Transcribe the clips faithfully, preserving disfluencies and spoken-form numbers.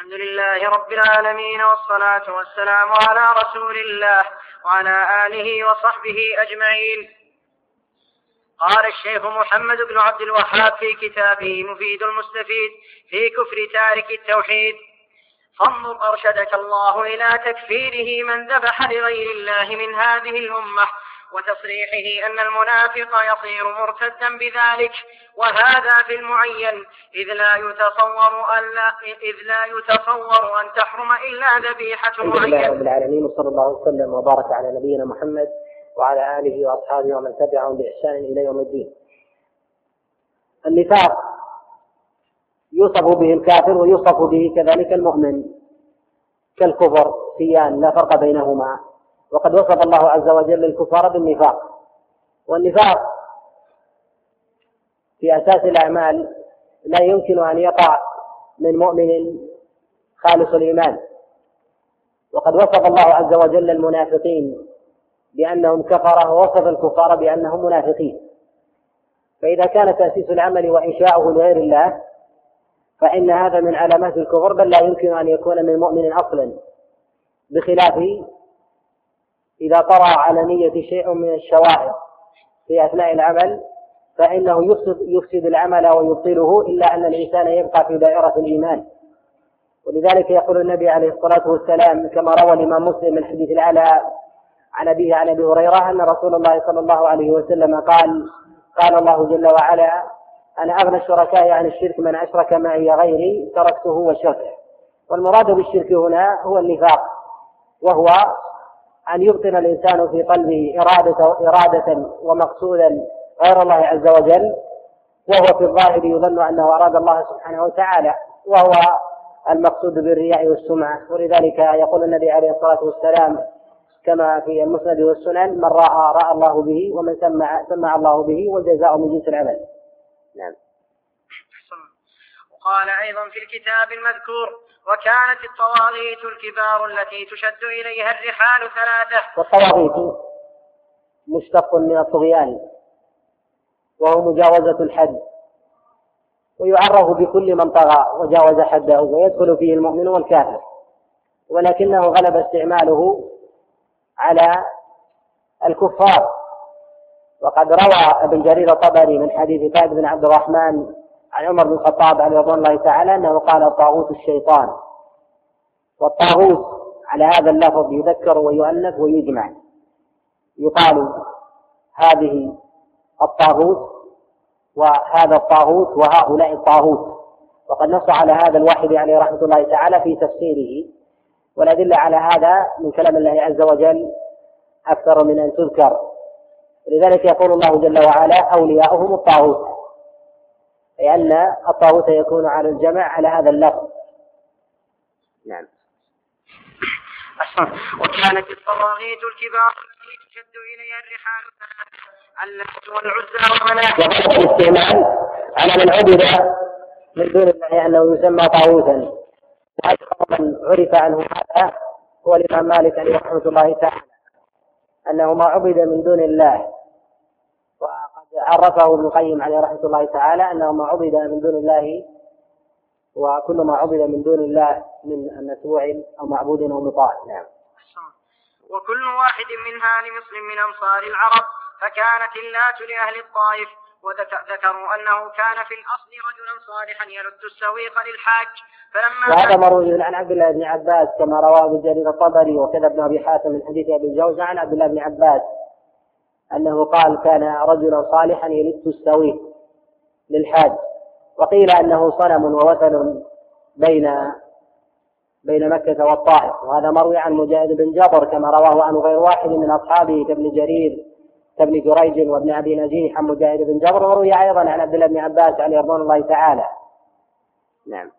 الحمد لله رب العالمين، والصلاة والسلام على رسول الله وعلى آله وصحبه أجمعين. قال الشيخ محمد بن عبد الوهاب في كتابه مفيد المستفيد في كفر تارك التوحيد: فانظر أرشدك الله إلى تكفيره من ذبح لغير الله من هذه الأمة، وتصريحه أن المنافق يصير مرتدا بذلك، وهذا في المعين، إذ لا يتصور أن لا إذ لا يتصور أن تحرم إلا ذبيحة معينة. الحمد لله رب العالمين، وصلى الله وسلم وبارك على نبينا محمد وعلى آله وأصحابه ومن تبعهم بإحسان إلى يوم الدين. النفاق يوصف به الكافر ويوصف به كذلك المؤمن كالكفر سيان، لا فرق بينهما. وقد وصف الله عز وجل الكفار بالنفاق، والنفاق في أساس الأعمال لا يمكن أن يقع من مؤمن خالص الإيمان. وقد وصف الله عز وجل المنافقين بأنهم كفرة، ووصف الكفار بأنهم منافقين. فإذا كان تأسيس العمل وإنشاؤه لغير الله فإن هذا من علامات الكفر، بل لا يمكن أن يكون من مؤمن أصلا، بخلاف إذا طرأ على نية شيء من الشوائب في أثناء العمل فإنه يفسد, يفسد العمل ويبطله، إلا أن الإنسان يبقى في دائرة الإيمان. ولذلك يقول النبي عليه الصلاة والسلام كما روى الإمام مسلم من حديث العلاء عن أبيه عن أبي هريرة أن رسول الله صلى الله عليه وسلم قال: قال الله جل وعلا: أنا أغنى الشركاء عن الشرك من أشرك معي غيري تركته وشركه. والمراد بالشرك هنا هو النفاق، وهو أن يبطن الإنسان في قلبه إرادة, إرادة ومقصودا غير الله عز وجل، وهو في الظاهر يظن أنه أراد الله سبحانه وتعالى، وهو المقصود بالرياء والسمعة. ولذلك يقول النبي عليه الصلاة والسلام كما في المسند والسنن: من رأى رأى الله به، ومن سمع سمع الله به، والجزاء من جنس العمل. نعم. وقال أيضا في الكتاب المذكور: وكانت الطواغيت الكبار التي تشد إليها الرحال ثلاثة. والطواغيت مشتق من الطغيان، وهو مجاوزة الحد، ويعرف بكل من طغى وجاوز حده، ويدخل فيه المؤمن والكافر، ولكنه غلب استعماله على الكفار. وقد روى ابن جرير الطبري من حديث سعد بن عبد الرحمن عن عمر بن الخطاب عليه رضوان الله تعالى أنه قال: الطاغوت الشيطان. والطاغوت على هذا اللفظ يذكر ويؤنث ويجمع، يقال هذه الطاغوت وهذا الطاغوت وهؤلاء الطاغوت. وقد نص على هذا الواحد عليه رحمة الله تعالى في تفسيره، والأدلة على هذا من كلام الله عز وجل أكثر من أن تذكر. لذلك يقول الله جل وعلا: أولياؤهم الطاغوت، لأن الطاغوت يكون على الجمع على هذا اللفظ. نعم. وكانت الطواغيت الكبار التي تشد إليها الرحال اللات والعزى ومناة. الاستعمال على من عبد من دون الله أنه يسمى طاغوتا، من عرف عنه هذا هو الإمام مالك عليه رحمة الله تعالى، أنه ما عبد من دون الله. وقد عرفه ابن القيم عليه رحمة الله تعالى أنه ما عبد من دون الله، وكل ما عبد من دون الله من مسبوع أو معبود أو مطاع. نعم. وكل واحد منها لمصر من أمصار العرب، فكانت اللات لأهل الطائف. وذكروا أنه كان في الأصل رجلا صالحا يلد السويق للحاج، فلما وهذا مروي عن عبد الله بن عباس كما رواه ابن جرير الطبري وكذا ابن أبي حاتم من حديث أبي الجوزة عن عبد الله بن عباس أنه قال: كان رجلا صالحا يلد السويق للحاج. وقيل أنه صنم ووثن بين بين مكة والطائف، وهذا مروي عن مجاهد بن جبر كما رواه عن غير واحد من أصحابه كابن جرير كابن جريج وابن أبي نجيح عن مجاهد بن جبر، وروي أيضا عن عبد الله بن عباس عليه رضوان الله تعالى. نعم.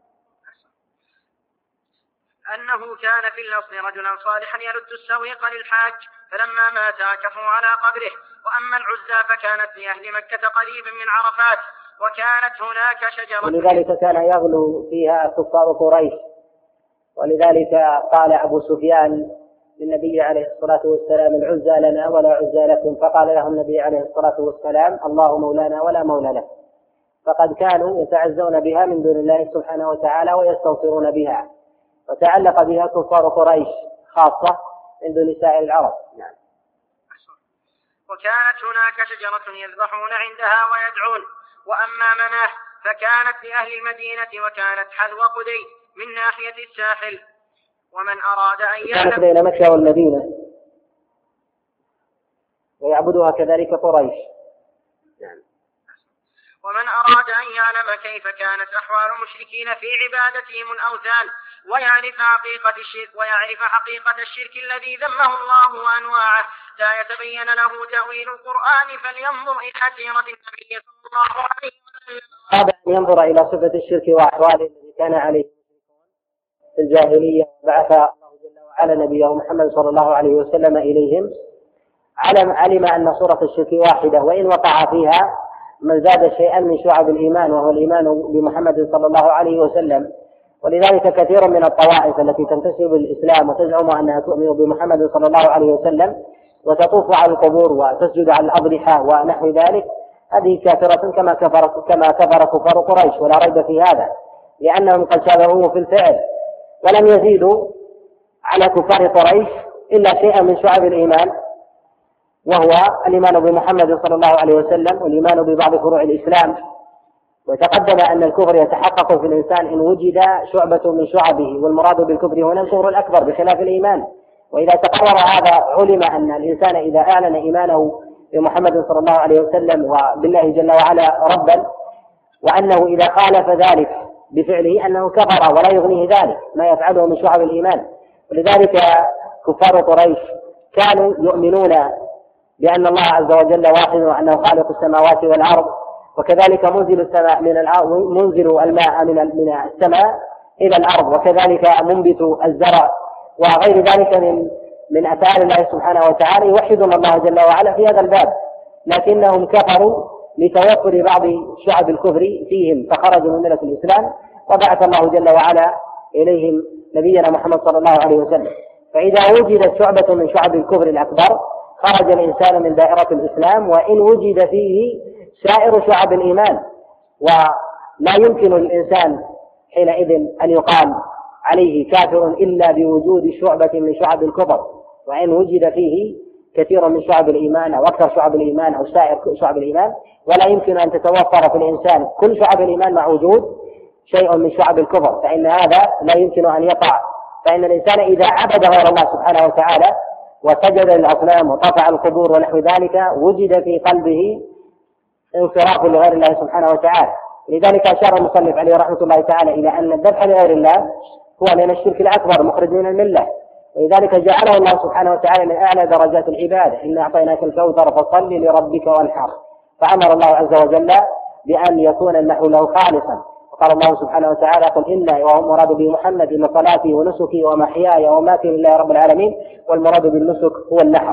أنه كان في الأصل رجلا صالحا يلد السويق للحاج، فلما مات كفوا على قبره. وأما العزى فكانت لأهل مكة قريبا من عرفات، وكانت هناك شجرة، ولذلك كان يغلو فيها كفار قريش. ولذلك قال أبو سفيان للنبي عليه الصلاة والسلام: العزى لنا ولا عزى لكم. فقال له النبي عليه الصلاة والسلام: الله مولانا ولا مولى له. فقد كانوا يتعزون بها من دون الله سبحانه وتعالى ويستنصرون بها. وتعلق بها كفار قريش خاصة من دون سائر العرب. نعم. وكانت هناك شجرة يذبحون عندها ويدعون. وأما مناه فكانت لأهل المدينة وكانت حذو قدي من ناحية الساحل. ومن أراد أن كانت بين مكة والمدينة ويعبدها كذلك قريش. يعني. ومن أراد أن يعلم كيف كانت أحوال المشركين في عبادتهم الأوثان ويعرف حقيقة الشرك ويعرف حقيقة الشرك الذي ذمه الله وأنواعه حتى يتبين له تأويل القرآن فلينظر إلى سيرة النبي صلى الله عليه وسلم. هذا أن ينظر إلى صفة الشرك وأحواله الذي كان عليه في الجاهلية وبعث الله جل وعلا نبيه محمد صلى الله عليه وسلم إليهم. علم علم أن صورة الشرك واحدة وإن وقع فيها من زاد شيئا من شعب الإيمان وهو الإيمان بمحمد صلى الله عليه وسلم. ولذلك كثير من الطوائف التي تنتسب للإسلام وتزعم أنها تؤمن بمحمد صلى الله عليه وسلم وتطوف على القبور وتسجد على الأضرحة ونحو ذلك هذه كافرة كما كفر كما كفر كفار قريش، ولا ريب في هذا، لأنهم قد شابهوه في الفعل ولم يزيدوا على كفار قريش إلا شيئا من شعب الإيمان، وهو الإيمان بمحمد صلى الله عليه وسلم والإيمان ببعض فروع الإسلام. وتقدم أن الكفر يتحقق في الإنسان إن وجد شعبة من شعبه، والمراد بالكفر هنا الكفر الأكبر بخلاف الإيمان. وإذا تقرر هذا علم أن الإنسان إذا أعلن إيمانه بمحمد صلى الله عليه وسلم وبالله جل وعلا ربا، وأنه إذا خالف ذلك بفعله أنه كفر ولا يغنيه ذلك ما يفعله من شعب الإيمان. ولذلك كفار قريش كانوا يؤمنون بأن الله عز وجل واحد وأنه خالق السماوات والأرض، وكذلك منزل السماء من منزل الماء من من السماء إلى الأرض، وكذلك منبت الزرع وغير ذلك من من أفعال الله سبحانه وتعالى، يوحدون الله جل وعلا في هذا الباب، لكنهم كفروا لتوفر بعض شعب الكفر فيهم فخرجوا من ملة الإسلام، وبعث الله جل وعلا إليهم نبينا محمد صلى الله عليه وسلم. فإذا وجدت شعبة من شعب الكفر الأكبر خرج الإنسان من دائرة الإسلام، وإن وجد فيه سائر شعب الإيمان، ولا يمكن للإنسان حينئذ أن يقال عليه كافر إلا بوجود شعبة من شعب الكفر، وإن وجد فيه كثير من شعب الإيمان أو أكثر شعب الإيمان أو سائر شعب الإيمان، ولا يمكن أن تتوفر في الإنسان كل شعب الإيمان مع وجود شيء من شعب الكفر، فإن هذا لا يمكن أن يقع. فإن الإنسان إذا عبد غير الله سبحانه وتعالى وسجد للأصنام وقطع القبور ونحو ذلك وجد في قلبه انصراف لغير الله سبحانه وتعالى. لذلك أشار المصنف عليه رحمة الله تعالى إلى أن الذبح لغير الله هو من الشرك الأكبر مخرج من الملة، ولذلك جعله الله سبحانه وتعالى من أعلى درجات العبادة: إنا أعطيناك الكوثر فصل لربك وانحر. فأمر الله عز وجل بأن يكون النحو له خالصا، وقال الله سبحانه وتعالى: قل إن ومراد به محمد إن صلاتي ونسكي ومحياي ومماتي لله رب العالمين، والمراد بالنسك هو النحر.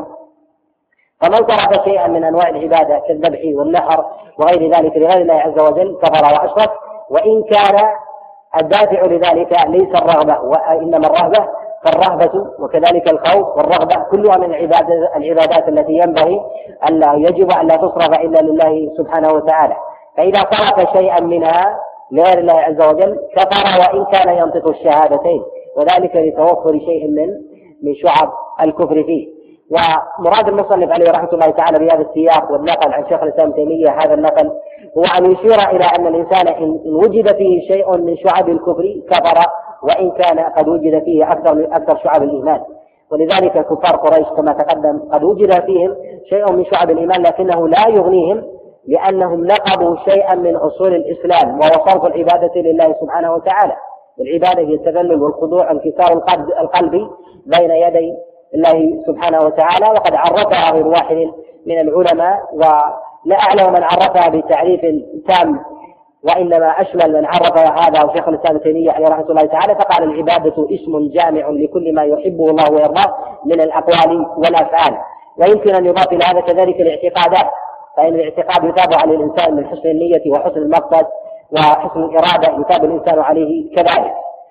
فمن صرف شيئا من أنواع العبادة كالذبح والنحر وغير ذلك لغير الله عز وجل كفر وأشرك، وإن كان الدافع لذلك ليس الرغبة وإنما الرهبة، فالرهبة وكذلك الخوف والرغبة كلها من العبادات التي ينبغي أن لا يجب أن لا تصرف إلا لله سبحانه وتعالى. فإذا صرف شيئا منها لغير الله عز وجل كفر وإن كان ينطق الشهادتين، وذلك لتوفر شيء من من شعب الكفر فيه. ومراد المصنف عليه رحمة الله تعالى بهذا السياق والنقل عن شيخ الإسلام تيمية هذا النقل هو أن يشير إلى أن الإنسان إن وجد فيه شيء من شعب الكفر كفر وإن كان قد وجد فيه أكثر من أكثر شعب الإيمان. ولذلك كفار قريش كما تقدم قد وجد فيهم شيء من شعب الإيمان لكنه لا يغنيهم، لأنهم نقضوا شيئا من أصول الإسلام وهو صرف العبادة لله سبحانه وتعالى. والعبادة هي التذلل والخضوع انكسار القلب بين يدي الله سبحانه وتعالى، وقد عرفها غير واحد من العلماء، ولا أعلم من عرفها بتعريف تام، وإنما أشمل من عرف هذا هو شيخ الإسلام تيمية عليه رحمة الله تعالى، فقال: العبادة اسم جامع لكل ما يحبه الله ويرضاه من الأقوال والأفعال. ويمكن أن يضاف إلى هذا كذلك الاعتقادات، فإن الاعتقاد يتابع على الإنسان من حسن النية وحسن المقصد وحسن الإرادة يتابع الإنسان عليه كذلك.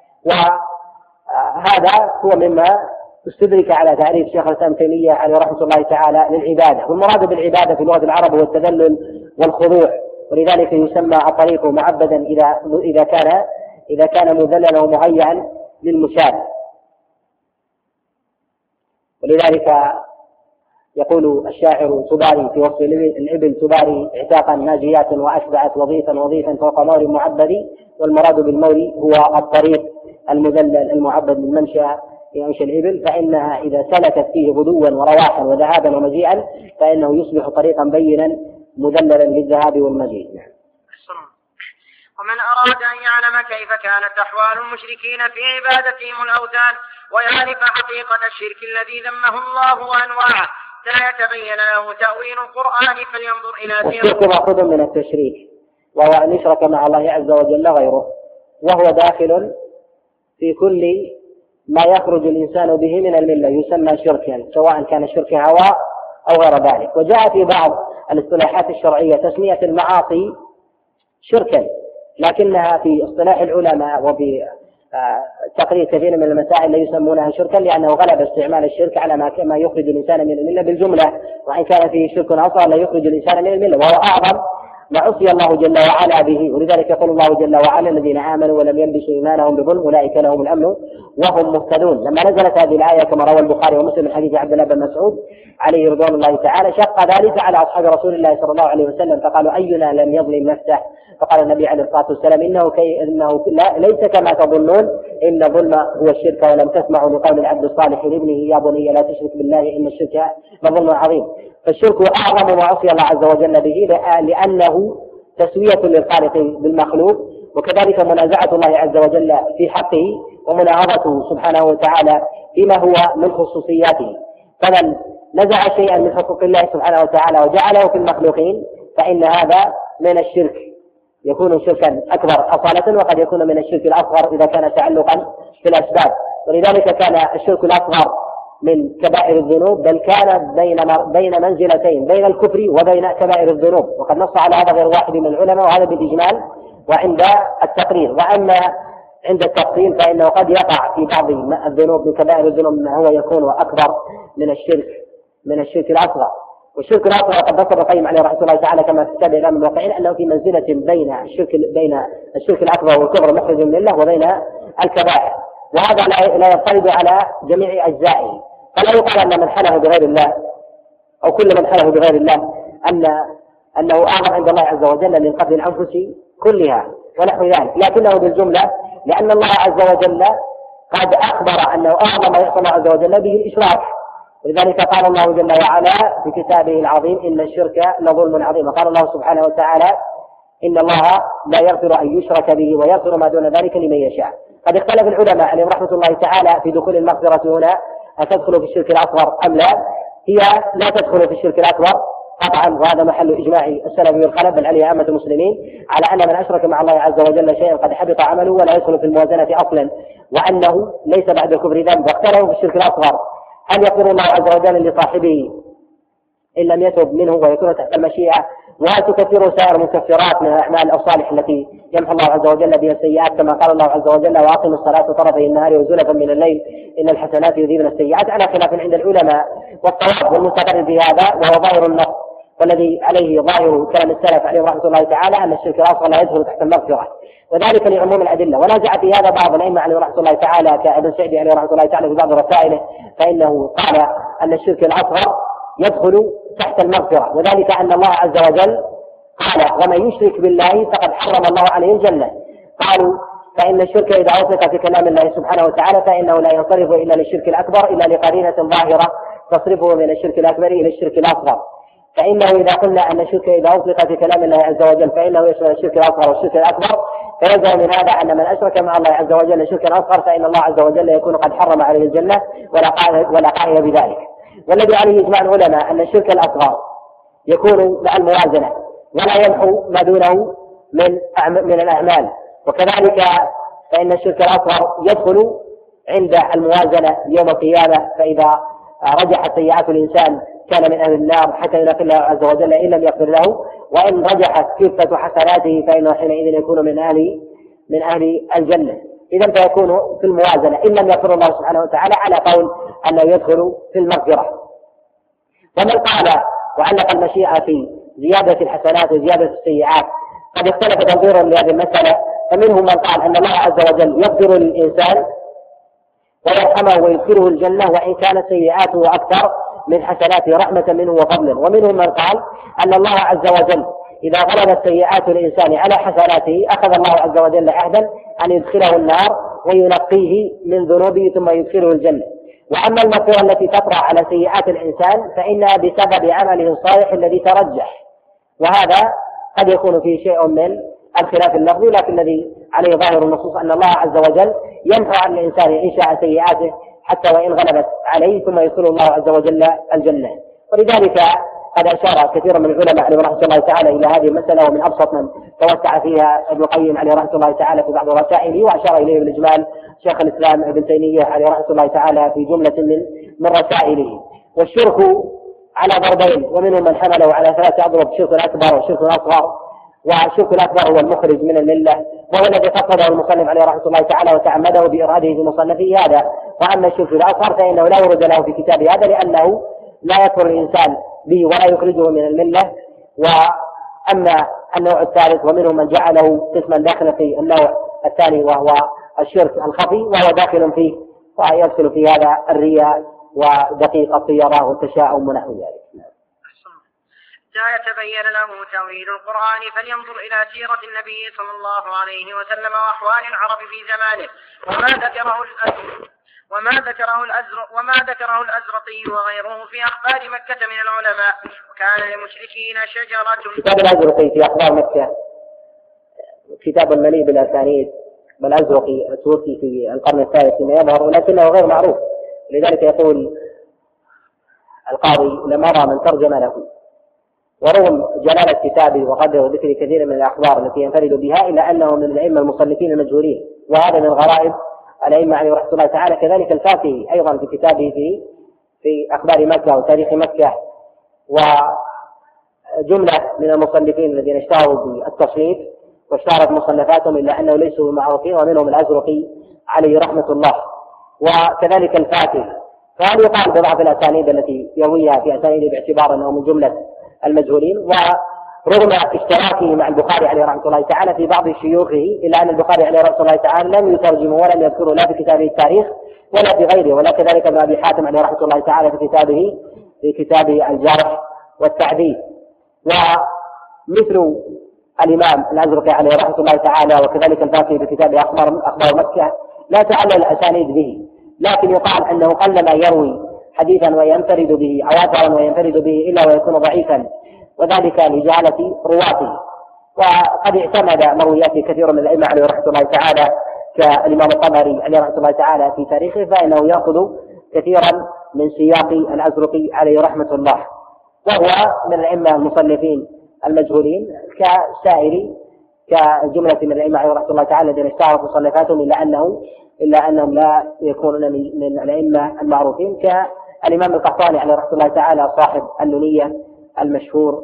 وهذا هو مما استدرك على تعريف شيخ الإسلام تيمية عليه رحمة الله تعالى للعبادة. والمراد بالعبادة في لغة العرب هو التذلل والخضوع، ولذلك يسمى الطريق معبدا إذا إذا كان إذا كان مذللا ومهيئا للمشاة. ولذلك يقول الشاعر تباري في وصف الإبل: تباري عتاقا ناجيات وأشبعت وظيفا وظيفا فوق مور معبد. والمراد بالمور هو الطريق المذلل المعبد للممشى يمشي الإبل، فإنها إذا سلكت فيه غدوا ورواحا وذهابا ومجيئا فإنه يصبح طريقا بينا مذللا للذهاب والمجيء. ومن أراد أن يعلم كيف كانت أحوال المشركين في عبادتهم الأوثان ويعرف حقيقة الشرك الذي ذمه الله وأنواعه حتى يتبين له تأويل القرآن فلينظر إلى سيرة. الشرك مأخوذ من التشريك، وهو أن يشرك مع الله عز وجل غيره، وهو داخل في كل ما يخرج الإنسان به من الملة يسمى شركا، سواء كان شرك هواء أو غير ذلك. وجاء في بعض الاصطلاحات الشرعية تسمية المعاصي شركا، لكنها في اصطلاح العلماء وفي تقرير كثير من المسائل لا يسمونها شركا، لأنه غلب استعمال الشرك على ما يخرج الإنسان من الملة بالجملة، وإن كان فيه شرك أصغر لا يخرج الإنسان من الملة، وهو أعظم ما عصي الله جل وعلا به. ولذلك يقول الله جل وعلا: الذين آمنوا ولم يلبسوا إيمانهم بظلم أولئك لهم الأمن وهم مهتدون. لما نزلت هذه الآية كما روى البخاري ومسلم من حديث عبد الله بن مسعود عليه رضوان الله تعالى، شق ذلك على أصحاب رسول الله صلى الله عليه وسلم، فقالوا: أينا لم يظلم نفسه؟ فقال النبي عليه الصلاة والسلام: إنه, كي إنه ليس كما تظنون، إن الظلم هو الشرك، ولم تسمعوا لقول العبد الصالح لابنه: يا بني لا تشرك بالله إن الشرك لظلم عظيم. فالشرك أعظم ما عصي الله عز وجل به، لأنه تسوية للخالق بالمخلوق، وكذلك منازعة الله عز وجل في حقه ومناهضته سبحانه وتعالى فيما هو من خصوصياته. فمن نزع شيئا من حقوق الله سبحانه وتعالى وجعله في المخلوقين فإن هذا من الشرك، يكون شركا أكبر أصالة، وقد يكون من الشرك الأصغر إذا كان تعلقا في الأسباب. ولذلك كان الشرك الأصغر من كبائر الذنوب، بل كان بين بين منزلتين، بين الكفر وبين كبائر الذنوب، وقد نص على هذا غير واحد من العلماء، وهذا بالإجمال وعند التقرير. وأما عند التفصيل فإنه قد يقع في بعض الذنوب من كبائر الذنوب ما هو يكون أكبر من الشرك من الشرك الأصغر. والشرك الأصغر قد ذكر القيم عليه رحمه الله تعالى كما في كتاب إعلام الموقعين أنه في منزلة بين الشرك بين الشرك الأكبر والكبر مخرج من الله وبين الكبائر، وهذا لا ينفرد على جميع أجزائه. فلا يقال أن من حلف بغير الله أو كل من حلف بغير الله أن أنه أعظم عند الله عز وجل من قتل الأنفس كلها ونحو ذلك، لكنه بالجملة، لأن الله عز وجل قد أخبر أنه أعظم ما يعصى الله عز وجل به الإشراك. ولذلك قال الله جل وعلا في كتابه العظيم: إن الشرك لظلم عظيم. وقال الله سبحانه وتعالى: إن الله لا يغفر أن يشرك به ويغفر ما دون ذلك لمن يشاء. قد اختلف العلماء عليهم رحمة الله تعالى في دخول المغفرة هنا، أتدخل في الشرك الأصغر أم لا؟ هي لا تدخل في الشرك الأكبر قطعا، وهذا محل إجماع السلف والخلف بل عليه عامة المسلمين، على أن من أشرك مع الله عز وجل شيئا قد حبط عمله ولا يدخل في الموازنة أصلا، وأنه ليس بعد الكفر ذنب. واختلفوا في الشرك الأصغر: هل يقول الله عز وجل لصاحبه إن لم يتب منه ويكون تحت المشيئة؟ وهل تكفر سائر المكفرات من الأعمال الصالحة التي يمحو الله عز وجل بها السيئات، كما قال الله عز وجل: وأقم الصلاة طرفي النهار وزلفا من الليل إن الحسنات يذهبن السيئات، على خلاف عند العلماء. والصواب والمستقر في هذا وهو ظاهر النص، والذي عليه ظاهر كلام السلف عليه رحمة الله تعالى، أن الشرك الأصغر لا يدخل تحت المغفرة، وذلك لعموم الأدلة. ونازع في هذا بعض الأئمة عليه رحمة الله تعالى كابن سعدي عليه رحمة الله تعالى في بعض رسائله، فإنه قال أن الشرك الأصغر يدخل تحت المغفرة، وذلك أن الله عز وجل قال: ومن يشرك بالله فقد حرم الله عليه الجنة. قالوا: فإن الشرك إذا أطلق في كلام الله سبحانه وتعالى فإنه لا ينصرف إلا للشرك الأكبر إلا لقرينة ظاهرة تصرفه من الشرك الأكبر إلى الشرك الأصغر. فإنه إذا قلنا أن الشرك إذا أطلق في كلام الله عز وجل فإنه يشمل الشرك الأصغر والشرك الأكبر، فيلزم من هذا أن من أشرك مع الله عز وجل شركا أصغر فإن الله عز وجل يكون قد حرم عليه الجنة ولا قائل بذلك. والذي عليه إجماع العلماء أن الشرك الأصغر يكون مع الموازنة ولا يمحو ما دونه من من الأعمال، وكذلك فإن الشرك الأصغر يدخل عند الموازنة يوم القيامة، فإذا رجحت سيئات الإنسان كان من أهل النار حتى يلاقي الله عز وجل إن لم يغفر له، وإن رجحت كفة حسناته فإنه حينئذ يكون من أهل من أهل الجنة. إذا فيكون في الموازنة إن لم يغفر الله سبحانه وتعالى، على قول أنه يدخل في المغفرة. ومن قال وعلق المشيئة في زيادة الحسنات وزيادة السيئات قد اختلف تنظيرهم لهذه المسألة، فمنهم من قال أن الله عز وجل يغفر للإنسان ويرحمه ويدخله الجنة وإن كانت سيئاته أكثر من حسناته رحمة منه وفضلا. ومنهم من قال أن الله عز وجل إذا غلبت سيئات الإنسان على حسناته أخذ الله عز وجل عهدا أن يدخله النار وينقيه من ذنوبه ثم يدخله الجنة. وأما المغفرة التي تطرأ على سيئات الإنسان فإنها بسبب عمله الصالح الذي ترجح، وهذا قد يكون فيه شيء من الخلاف اللفظي، لكن الذي عليه ظاهر النصوص أن الله عز وجل يمحو عن الإنسان إن شاء سيئاته حتى وإن غلبت عليه ثم يدخل الله عز وجل الجنة. ولذلك قد أشار كثير من العلماء عليه رحمة الله تعالى إلى هذه المسألة، ومن أبسط من توسع فيها ابن القيم عليه رحمة الله تعالى في بعض رسائله، وأشار إليه بالإجمال شيخ الإسلام ابن تيمية عليه رحمة الله تعالى في جملة من من رسائله. والشرك على ضربين، ومنهم من حمله على ثلاثة أضرب: شرك أكبر وشرك أصغر. والشرك الأكبر هو المخرج من الملة، وهو الذي قصده المصنف عليه رحمة الله تعالى وتعمده بإراده في مصنفه هذا. وأما الشرك الأصغر فإنه لا ورد له في كتاب هذا، لأنه لا يكفر الإنسان به ولا يخرجه من الملة. وأما النوع الثالث ومنهم من جعله قسما داخلا في النوع الثاني وهو الشرك الخفي، وهو داخل فيه ويدخل في هذا الرياء ودقيق الطيرة والتشاؤم ونحو ذلك. حتى يتبين له تأويل القرآن فلينظر إلى سيرة النبي صلى الله عليه وسلم وأحوال العرب في زمانه وما ذكره الأزرق وما ذكره الأزرق وما ذكره الأزرقي وغيره في أخبار مكة من العلماء. وكان للمشركين شجرة. كتاب الأزرقي في أخبار مكة كتاب مليء بالأسانيد، بل الأزرقي توفي في القرن الثالث فيما يظهر، ولكنه غير معروف. لذلك يقول القاضي: لم أرى من ترجم له. ورغم جلالة كتابه وقدر وذكر كثير من الأخبار التي ينفرد بها، إلا أنه من الأئمة المصنفين المجهولين، وهذا من غرائب الأئمة عليه رحمة الله تعالى. كذلك الفاكهي أيضا في كتابه في في أخبار مكة وتاريخ مكة، وجملة من المصنفين الذين اشتهروا بالتصنيف واشتهرت مصنفاتهم إلا أنه ليسوا معروفين، ومنهم الأزرقي عليه رحمة الله، وكذلك الفاكهي. فهل يقال بضعف الأسانيد التي يرويها في أسانيده باعتبار أنه من جملة المجهولين؟ ورغم اشتراكه مع البخاري عليه رحمة الله تعالى في بعض شيوخه، إلا أن البخاري عليه رحمة الله تعالى لم يترجمه ولم يذكره لا في كتابه التاريخ ولا في غيره، ولا كذلك ابن أبي حاتم عليه رحمة الله تعالى في كتابه في كتابه الجرح والتعديل. ومثل الإمام الأزرقي عليه رحمة الله تعالى وكذلك الباقي في كتابه أخبار أخبار مكة لا تعلل الأسانيد به، لكن يقال أنه قلما يروي حديثا وينفرد به أو أثرا وينفرد به إلا ويكون ضعيفا، وذلك لجهالة رواته. وقد اعتمد مروياته كثير من الأئمة عليه رحمة الله تعالى كالإمام الطبري عليه رحمة الله تعالى في تاريخه، فإنه يأخذ كثيرا من سياق الأزرقي عليه رحمة الله، وهو من الأئمة المصنفين المجهولين كسائر كجملة من الأئمة عليه رحمة الله تعالى الذين اشتهرت مصنفاتهم، إلا أنه إلا أنهم لا يكونون من الأئمة المعروفين كالإمام القحطاني عليه رحمة الله تعالى صاحب النونية المشهور،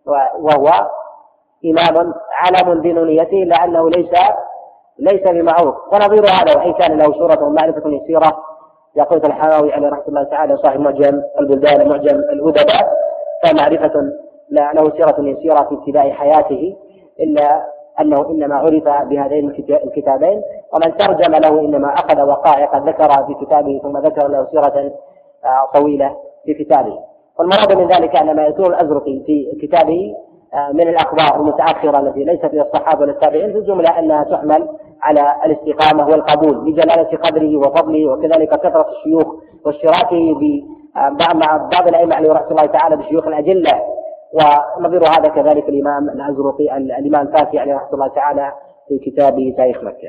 وهو إمام علم بنونيته لأنه ليس ليس بمعروف. ونظير هذا وإن كان له شهرة ومعرفة يسيرة يقول الحماوي عليه رحمة الله تعالى صاحب معجم البلدان معجم الأدباء، فمعرفة له سيرة يسيرة في ابتداء حياته، إلا أنه إنما عرف بهذين الكتابين. ومن ترجم له إنما أخذ وقائع قد ذكر في كتابه ثم ذكر له سيرة طويلة في كتابه. والمراد من ذلك أن ما يذكر الأزرقي في كتابه من الأخبار المتأخرة التي ليست في الصحابة ولا التابعين في الجملة أنها تحمل على الاستقامة والقبول لجلالة قدره وفضله، وكذلك كثرة الشيوخ واشتراكه مع بعض الأئمة عليه رحمة الله تعالى بشيوخ الأجلة. ونظير هذا كذلك الإمام الأزرقي الإمام الفاكهي عليه رحمة الله تعالى في كتابه تاريخ مكة.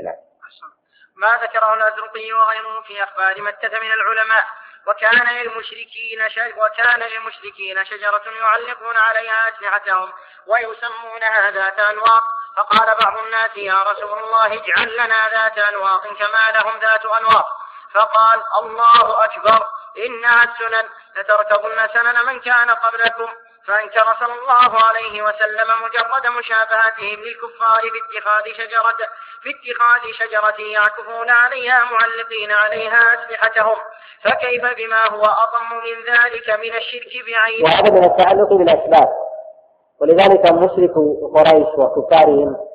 ما ذكره الأزرقي وغيره في أخبار مكة من العلماء. وكان للمشركين وكان للمشركين شجرة يعلقون عليها أسلحتهم ويسمونها ذات أنواط. فقال بعض الناس: يا رسول الله اجعل لنا ذات أنواط كما لهم ذات أنواط. فقال: الله أكبر، إنها السنن لتركبن سنن من كان قبلكم. فأنكر صلى الله عليه وسلم مجرد مشابهتهم للكفار في اتخاذ شجرة في اتخاذ شجرة يعكفون عليها معلقين عليها أسلحتهم، فكيف بما هو أطم من ذلك من الشرك بعينه. وهذا من التعلق بالأسباب. ولذلك مشرك قريش وكفارهم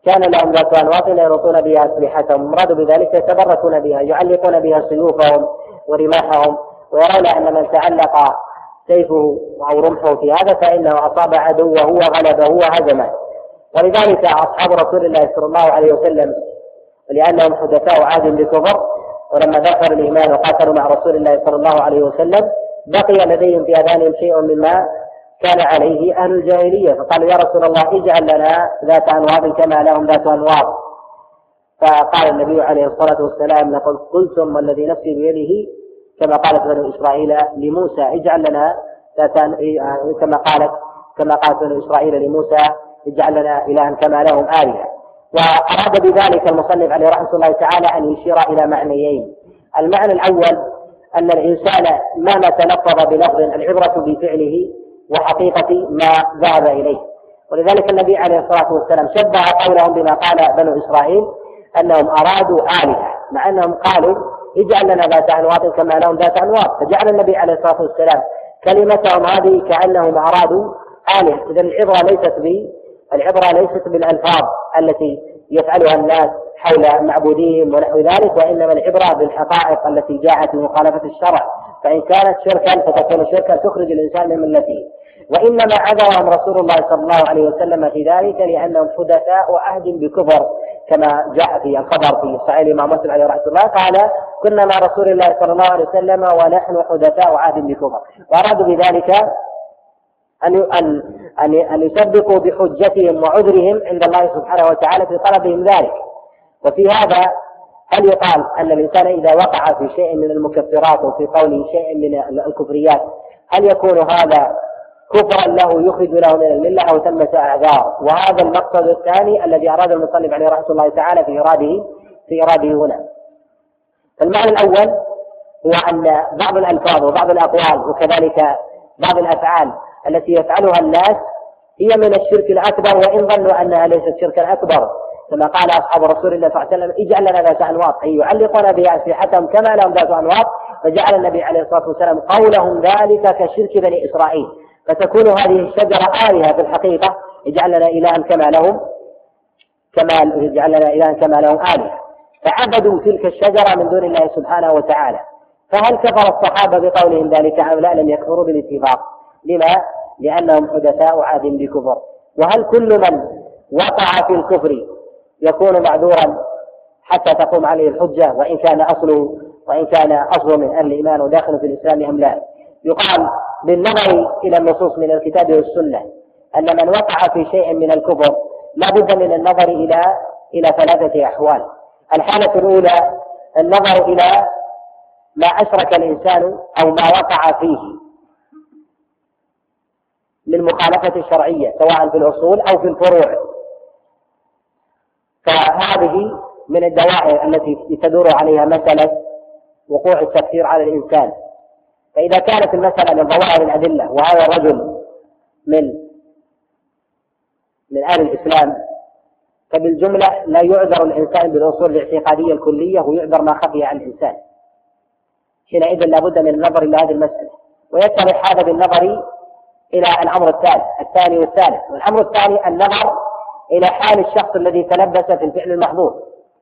كان لهم ذات أنواط يربطون بها أسلحتهم، مرادوا بذلك يتبركون بها، يعلقون بها سيوفهم ورماحهم، ويرون أن من تعلق سيفه أو رمحه في هذا فإنه أصاب عدوه وغلبه وهزمه. ولذلك أصحاب رسول الله صلى الله عليه وسلم لأنهم حدثاء عهد بكفر، ولما ذكر الإيمان وقاتلوا مع رسول الله صلى الله عليه وسلم بقي لديهم في أذانهم شيء مما كان عليه أهل الجاهلية، فقالوا يا رسول الله اجعل لنا ذات أنواط كما لهم ذات أنواط. فقال النبي عليه الصلاة والسلام لقد قلتم والذي نفسي بيده كما قالت بنو إسرائيل لموسى اجعل لنا ذات كما قالت كما قالت بنو إسرائيل لموسى اجعل لنا إلها كما لهم آلهة. وأراد بذلك المصنف عليه رحمة الله تعالى أن يشير إلى معنيين. المعنى الأول أن الإنسان مهما تلفظ بلفظ العبرة بفعله وحقيقة ما ذهب إليه، ولذلك النبي عليه الصلاة والسلام شبه قولهم بما قال بنو إسرائيل أنهم أرادوا آلهة، مع أنهم قالوا اجعل لنا ذات أنواط كما لهم ذات أنواط، فجعل النبي عليه الصلاة والسلام كلمتهم هذه كأنهم أرادوا آلهة. إذن العبرة ليست ب العبرة ليست بالألفاظ التي يفعلها الناس حول معبوديهم ونحو ذلك، وإنما العبرة بالحقائق التي جاءت من مخالفة الشرع، فإن كانت شركا فتكون شركا تخرج الإنسان من ملته. وإنما عذرهم رسول الله صلى الله عليه وسلم في ذلك لأنهم حدثاء عهد بكفر، كما جاء في الخبر في صحيح الإمام مسلم عليه رحمه الله قال كنا مع رسول الله صلى الله عليه وسلم ونحن حدثاء عهد بكفر، وأرادوا بذلك أن أن أن أن يسبقوا بحجتهم وعذرهم عند الله سبحانه وتعالى في طلبهم ذلك. وفي هذا هل يقال أن الإنسان إذا وقع في شيء من المكفرات وفي قوله شيء من الكفريات هل يكون هذا كفرا له يخرج له من الملة أو ثمة أعذار؟ وهذا المقصد الثاني الذي أراد المصنف عليه رحمة الله تعالى في إراده في إراده هنا. فالمعنى الأول هو أن بعض الألفاظ وبعض الأقوال وكذلك بعض الأفعال التي يفعلها الناس هي من الشرك الأكبر، وإن ظنوا أنها ليست شركا أكبر، كما قال أصحاب رسول الله صلى الله عليه وسلم اجعل لنا ذات أنواط، أي يعلقون بها أسلحتهم كما لهم ذات أنواط، فجعل النبي عليه الصلاة والسلام قولهم ذلك كشرك بني إسرائيل، فتكون هذه الشجرة آلهة في الحقيقة، اجعل لنا إلها كما لهم كما اجعل لنا إلها كما لهم آلهة، فعبدوا تلك الشجرة من دون الله سبحانه وتعالى. فهل كفر الصحابة بقولهم ذلك أو لا؟ لم يكفروا بالاتفاق. لما؟ لأنهم حدثاء عهد بكفر. وهل كل من وقع في الكفر يكون معذورا حتى تقوم عليه الحجة وإن كان أصله وإن كان أصله من أهل الإيمان وداخل في الإسلام أم لا؟ يقال بالنظر إلى النصوص من الكتاب والسنة أن من وقع في شيء من الكفر لا بد من النظر إلى إلى ثلاثة أحوال. الحالة الأولى النظر إلى ما أشرك الإنسان أو ما وقع فيه من مخالفة الشرعية سواء في الأصول أو في الفروع، فهذه من الدوائر التي تدور عليها مسألة وقوع التكفير على الإنسان. فإذا كانت المسألة من ظواهر الأدلة وهذا الرجل من من أهل الإسلام فبالجملة لا يعذر الإنسان بالأصول الاعتقادية الكلية ويعذر ما خفي عن الإنسان، حينئذ لابد من النظر إلى هذه المسألة، ويتضح هذا بالنظر إلى الأمر الثالث الثاني والثالث. والأمر الثاني النظر إلى حال الشخص الذي تلبس في الفعل المحظور،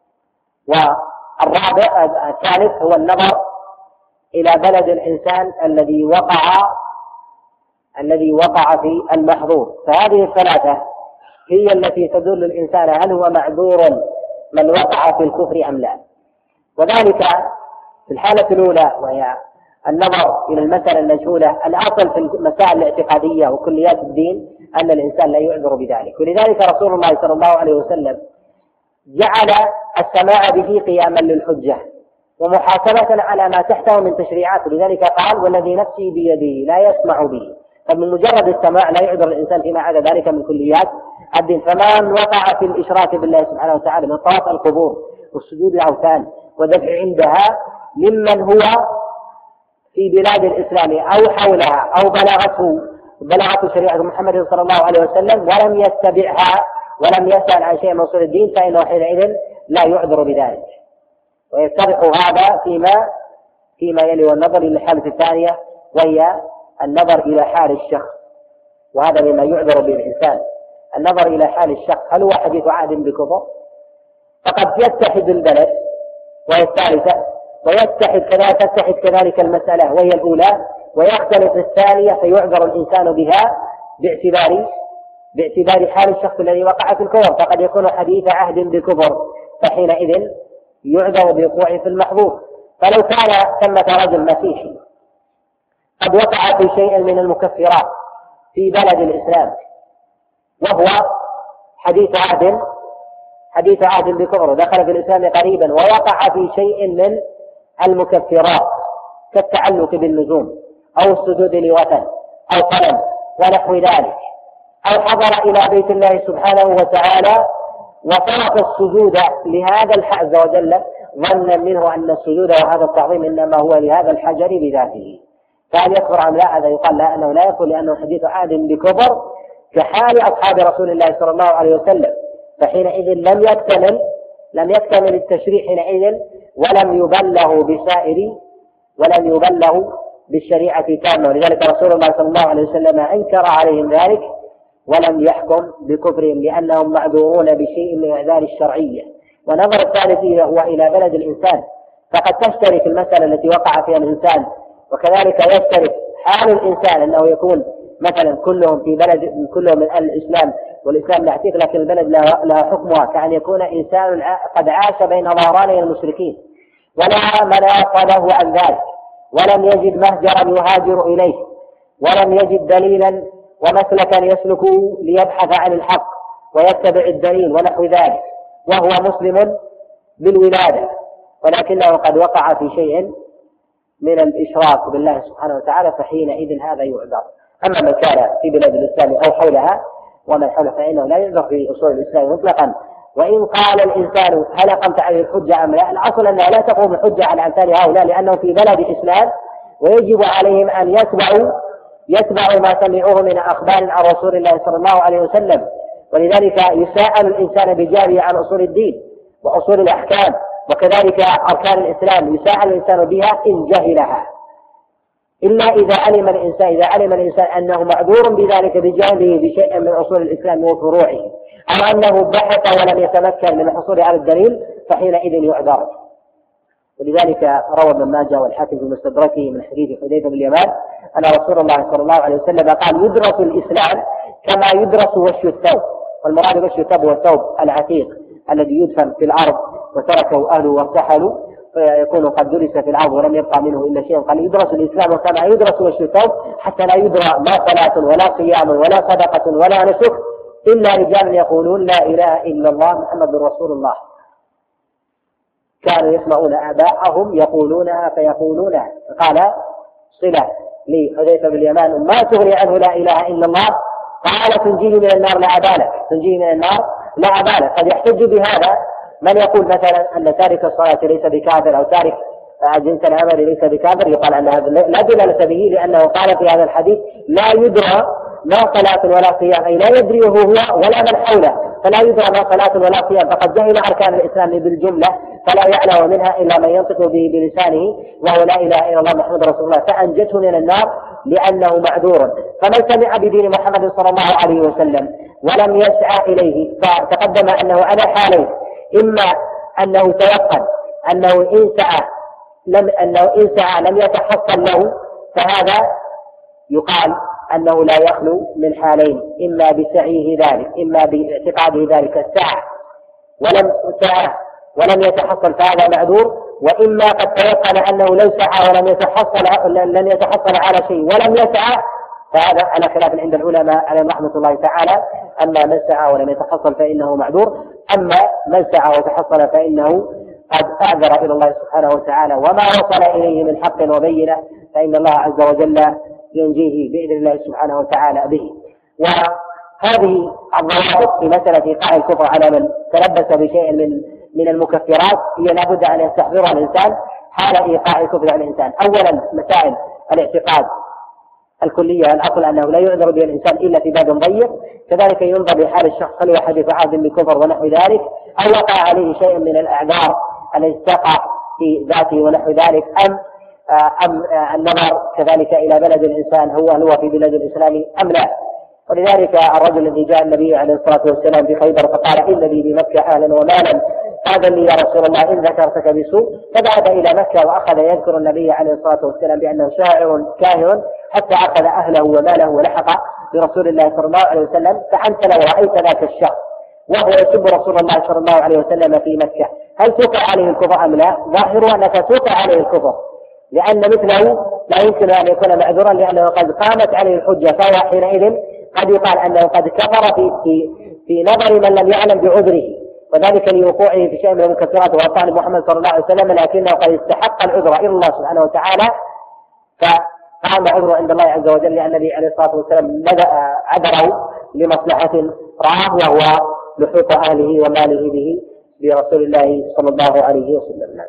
والرابع الثالث هو النظر إلى بلد الإنسان الذي وقع الذي وقع في المحظور. فهذه الثلاثة هي التي تدل الإنسان هل هو معذور من وقع في الكفر أم لا. وذلك في الحالة الأولى وهي النظر إلى المسألة المجهولة، الأصل في المسائل الاعتقادية وكليات الدين أن الإنسان لا يعذر بذلك. ولذلك رسول الله صلى الله عليه وسلم جعل السماع به قياما للحجة ومحاسبة على ما تحته من تشريعات، لذلك قال والذي نفسي بيده لا يسمع به. فمن مجرد السماع لا يعذر الإنسان فيما عدا ذلك من كليات الدين. فمن وقع في الإشراك بالله سبحانه وتعالى من طواف القبور والسجود الأوثان ودفع عندها ممن هو في بلاد الإسلام أو حولها أو بلغته بلغته شريعة محمد صلى الله عليه وسلم ولم يتبعها ولم يسأل عن شيء من أصول الدين فإنه حينئذ لا يعذر بذلك. ويتفق هذا فيما فيما يلي والنظر إلى الحالة الثانية وهي النظر إلى حال الشخص، وهذا مما يعذر به الإنسان. النظر إلى حال الشخص هل هو حديث عهد بكفر، فقد يتحد البلد وهي الثالثة، ويتحد كذلك تتحد كذلك المسألة وهي الأولى، ويختلف الثانية فيعذر الإنسان بها باعتبار باعتبار حال الشخص الذي وقع في الكفر، فقد يكون حديث عهد بكفر فحينئذ يعذر بوقوعه في المحظور. فلو كان ثمة رجل مسيحي قد وقع في شيء من المكفرات في بلد الإسلام وهو حديث عهد حديث عهد بكفر، دخل في الإسلام قريبا ووقع في شيء من المكفرات كالتعلق بالنجوم أو السجود لوثن أو صنم ونحو ذلك، أو حضر إلى بيت الله سبحانه وتعالى وترك السجود لهذا الحق عز وجل ظنا منه أن السجود وهذا التعظيم إنما هو لهذا الحجر بذاته، فهل يكفر أم لا؟ هذا يقال لا، أنه لا يكفر لأنه حديث عهد بكفر كحال أصحاب رسول الله صلى الله عليه وسلم، فحينئذ لم يكتمل لم يكتمل التشريع حينئذ، ولم يبلغوا بسائر ولم يبلغوا بالشريعة تامة، ولذلك رسول الله صلى الله عليه وسلم أنكر عليهم ذلك ولم يحكم بكفرهم لأنهم معذورون بشيء من الأعذار الشرعية. ونظر الثالث هو إلى بلد الإنسان، فقد تشترك المسألة التي وقع فيها الإنسان، وكذلك يشترك حال الإنسان أنه يكون مثلا كلهم في بلد كلهم من أهل الإسلام والإسلام لا يعتيق، لكن البلد لا حكمها، كأن يكون إنسان قد عاش بين ظهراني المشركين ولا مناص له عن ذلك، ولم يجد مهجرا يهاجر إليه، ولم يجد دليلا ومسلكا يسلك ليبحث عن الحق ويتبع الدليل ونحو ذلك، وهو مسلم بالولادة، ولكنه قد وقع في شيء من الإشراك بالله سبحانه وتعالى، فحينئذ هذا يعذر. أما من كان في بلاد الإسلام أو حولها ومن حولها فإنه لا يعذر في أصول الإسلام مطلقا. وإن قال الإنسان هل أقمت عليه الحجة أم لا، الأصل أنها لا تقوم الحجة على أمثال هؤلاء لأنهم في بلد الإسلام، ويجب عليهم أن يتبعوا يتبعوا ما سمعوه من أخبار عن رسول الله صلى الله عليه وسلم، ولذلك يساءل الإنسان بجهله عن أصول الدين وأصول الأحكام، وكذلك أركان الإسلام يساءل الإنسان بها إن جهلها، إلا إذا علم الإنسان إذا علم الإنسان أنه معذور بذلك بجهله بشيء من أصول الإسلام وفروعه، أو أنه بحث ولم يتمكن من الحصول على الدليل فحينئذ يعذر. ولذلك روى ابن ماجه والحاكم في مستدركه من حديث حذيفة بن اليمان أن رسول الله صلى الله عليه وسلم قال: يدرس الإسلام كما يدرس وشي الثوب، والمراد وشي الثوب هو الثوب العتيق الذي يدفن في الأرض وتركه أهله وارتحلوا فيكون قد درس في الأرض ولم يبقى منه إلا شيء. قال: يدرس الإسلام كما يدرس وشي الثوب، حتى لا يدرى ما صلاة ولا صيام ولا صدقة ولا نسك إلا رجال يقولون لا إله إلا الله محمد رسول الله، كانوا يسمعون آباءهم يقولونها فيقولونها. قال صلة لحذيفة بن اليمان: ما تغني عنه لا إله إلا الله؟ قال: تنجيه من النار لا أبالك، تنجيه من النار لا أبالك. قد يحتج بهذا من يقول مثلا أن تارك الصلاة ليس بكافر أو تارك جنس العمل ليس بكافر، يقال أن هذا لا دلالة به، لأنه قال في هذا الحديث: لا يدرى ما صلاة ولا صيام، أي لا يدريه هو ولا من حوله، فلا يدرى ما صلاة ولا صيام، فقد جهل أركان الإسلام بالجملة فلا يعلم منها إلا من ينطق به بلسانه وهو لا إله إلا الله محمد رسول الله، فأنجته من النار لأنه معذور. فمن سمع بدين محمد صلى الله عليه وسلم ولم يسعى إليه، فتقدم أنه على حالين: إما أنه تيقن أنه إن سعى لم أنه إن سعى لم يتحصل له، فهذا يقال أنه لا يخلو من حالين: إما بسعيه ذلك، إما باعتقاده ذلك السعى ولم سعى ولم يتحصل فهذا معذور، وإما قد تيقن أنه لو سعى ولم يتحصل لن يتحصل على شيء ولم يسعى، فهذا على خلاف عند العلماء عليهم رحمة الله تعالى: أما من سعى ولم يتحصل فإنه معذور، أما من سعى وتحصل فإنه قد أعذر إلى الله سبحانه وتعالى، وما وصل إليه من حق وبينة فإن الله عز وجل ينجيه بإذن الله سبحانه وتعالى به. وهذه الضوابط في مسألة إيقاع الكفر على من تلبس بشيء من من المكفرات هي لابد أن يستحضرها الإنسان حال إيقاع الكفر على الإنسان. أولا مسائل الاعتقاد الكلية، الأصل أنه لا يعذر به الإنسان إلا في باب ضيق، كذلك ينظر لحال الشخص هل هو حديث عهد بكفر ونحو ذلك، أو وقع عليه شيء من الأعذار التي تقع في ذاته ونحو ذلك، أم أم النظر كذلك إلى بلد الإنسان هو هل هو في بلاد الإسلام أم لا. ولذلك الرجل الذي جاء النبي عليه الصلاة والسلام في خيبر فقال إن لي بمكة أهلا ومالا هذا لي يا رسول الله إن ذكرتك بسوء، فذهب إلى مكة وأخذ يذكر النبي عليه الصلاة والسلام بأنه شاعر كاهن حتى أخذ أهله وماله ولحق برسول الله صلى الله عليه وسلم. فأنت لو رأيت ذاك الشخص وهو يسب رسول الله صلى الله عليه وسلم في مكة هل توقع عليه الكفر أم لا؟ ظاهر أنك توقع عليه الكفر، لأن مثله لا يمكن أن يكون معذورا لأنه قد قامت عليه الحجة، فهو حينئذ قد يقال أنه قد كفر في, في, في نظر من لم يعلم بعذره، وذلك لوقوعه في شيء من المكفرات وأطعن محمد صلى الله عليه وسلم، لكنه قد استحق العذر إلى الله سبحانه وتعالى، فهذا عذر عند الله عز وجل لأن النبي عليه الصلاة والسلام عذره لمصلحة رعاه وهو لحوق أهله وماله به برسول الله صلى الله عليه وسلم.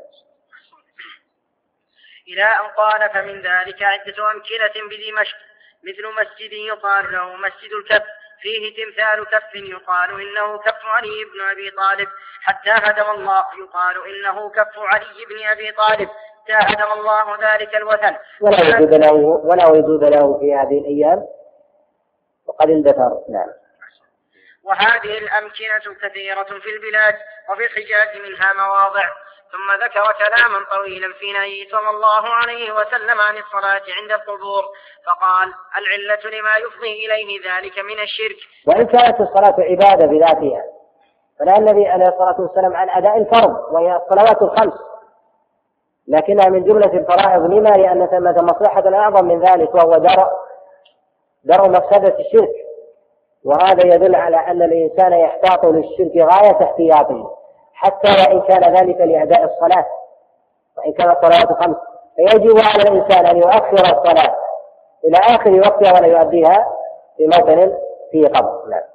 إلى أن قال فمن ذلك عدة أمكنة بدمشق مثل مسجد يقال له مسجد الكف فيه تمثال كف يقال إنه كف علي بن أبي طالب حتى هدم الله يقال إنه كف علي بن أبي طالب حتى هدم الله ذلك الوثن ولا وجود له ولا وجود له في هذه الأيام وقد اندثر. نعم. وهذه الأمكنة كثيرة في البلاد وفي الحجاز منها مواضع. ثم ذكر كلاما طويلا في نهيه صلى الله عليه وسلم عن الصلاة عند القبور فقال العلة لما يفضي إليه ذلك من الشرك. وإن كانت الصلاة عبادة بذاتها فنهى النبي عليه الصلاة والسلام عن أداء الفرض وهي الصلوات الخمس، لكنها من جملة الفرائض لما لأن ثمة مصلحة أعظم من ذلك وهو درء درء مفسدة الشرك، وهذا يدل على أن الإنسان يحتاط للشرك غاية احتياطه حتى وإن كان ذلك لأداء الصلاة، وإن كانت الصلاة خمس فيجب على الإنسان أن يؤخر الصلاة إلى آخر وقتها ولا يؤديها في موطن فيه قبر. نعم.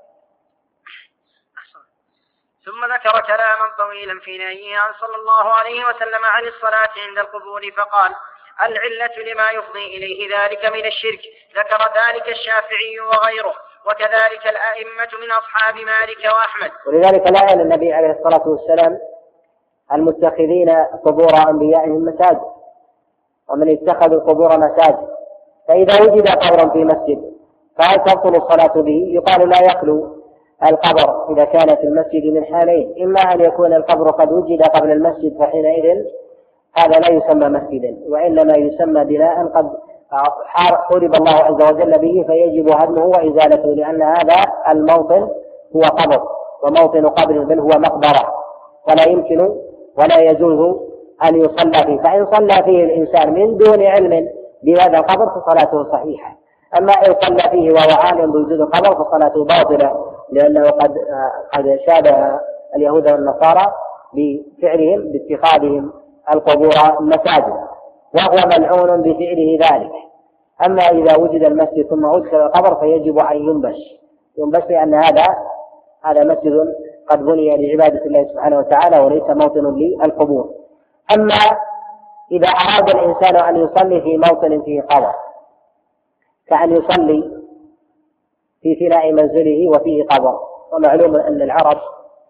ثم ذكر كلاما طويلا في نهيه عن صلى الله عليه وسلم عن الصلاة عند القبور فقال العلة لما يفضي إليه ذلك من الشرك. ذكر ذلك الشافعي وغيره وكذلك الأئمة من أصحاب مالك وأحمد. ولذلك لا يعلم النبي عليه الصلاة والسلام المتخذين قبور أنبيائهم مساجد ومن اتخذ القبور مساجد، فإذا وجد قبر في مسجد فهل تبطل الصلاة به؟ يقال لا يخلو القبر إذا كان في المسجد من حالين، إما أن يكون القبر قد وجد قبل المسجد فحينئذ هذا لا يسمى مسجدا وإنما يسمى بناء قد حارب الله عز وجل به فيجب هدمه وإزالته، لأن هذا الموطن هو قبر وموطن قبر بل هو مقبرة ولا يمكن ولا يجوز أن يصلى فيه، فإن صلى فيه الإنسان من دون علم بهذا القبر فصلاته صحيحة، أما إن صلى فيه وهو عالم بوجود القبر فصلاته باطلة لأنه قد قد شابه اليهود والنصارى بفعلهم باتخاذهم القبور مساجد وهو ملعون بفعله ذلك. أما إذا وجد المسجد ثم أدخل القبر فيجب أن ينبش ينبش لأن هذا هذا مسجد قد بني لعبادة الله سبحانه وتعالى وليس موطن للقبور. أما إذا أراد الإنسان أن يصلي في موطن فيه قبر كأن يصلي في فناء منزله وفيه قبر، ومعلوم أن العرب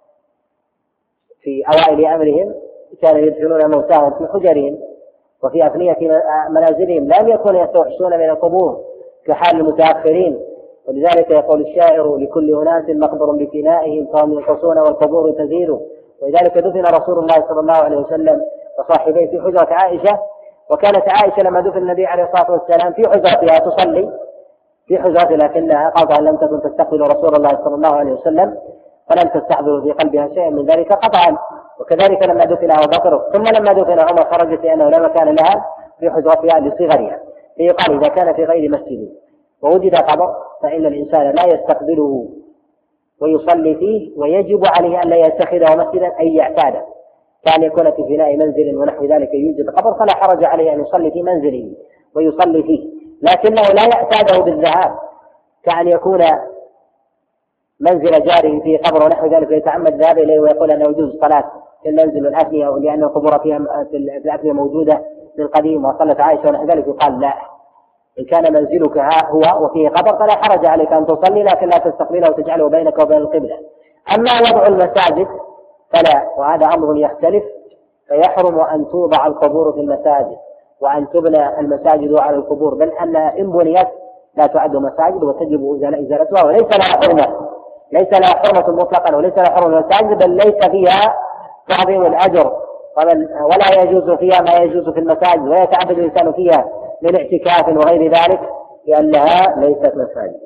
في أوائل أمرهم كانوا يدفنون موتاهم في حجرهم وفي أفنية منازلهم، لم يكونوا يستوحشون من القبور كحال المتأخرين، ولذلك يقول الشاعر لكل أناس مقبر بفنائهم فهم ينقصون والقبور تزيد. ولذلك دفن رسول الله صلى الله عليه وسلم وصاحبيه في حجرة عائشة، وكانت عائشة لما دفن النبي عليه الصلاة والسلام في حجرتها تصلي في حجرتها لكنها قطعا لم تكن تستقبل رسول الله صلى الله عليه وسلم ولم تستحضر في قلبها شيء من ذلك قطعا. وكذلك لما دفن أبو بكر ثم لما دفن عمر خرجت لأنه لا مكان لها في حجرتها لصغرها. فيقال إذا كان في غير مسجد ووجد قبر فإن الإنسان لا يستقبله ويصلي فيه، ويجب عليه أن لا يتخذه مسجدا أي يعتاده، كان يكون في فناء منزل ونحو ذلك يوجد قبر فلا حرج عليه أن يصلي في منزله ويصلي فيه، لكنه لا يعتاده بالذهاب كأن يكون منزل جاره فيه قبر ونحو ذلك ويتعمد الذهاب إليه ويقول أنه يجوز الصلاة في المنزل الأثنية لأن القبور فيها في الأثنية موجودة من قديم وصلت عائشة ونحو ذلك، يقال لا، إن كان منزلك هو وفيه قبر فلا حرج عليك أن تصلي لكن لا تستقبله وتجعله بينك وبين القبلة. أما وضع المساجد فلا، وهذا أمر يختلف، فيحرم أن توضع القبور في المساجد وأن تبنى المساجد على القبور، بل أن إن بنيت لا تعد مساجد وتجب إزالتها، وليس لها حرمة ليس لها حرمة مطلقا وليس لها حرمة المساجد، بل ليس فيها تعظيم الأجر، ولا يجوز فيها ما يجوز في المساجد، ويتعبد الإنسان فيها من اعتكاف وغير ذلك لأنها ليست مساجد.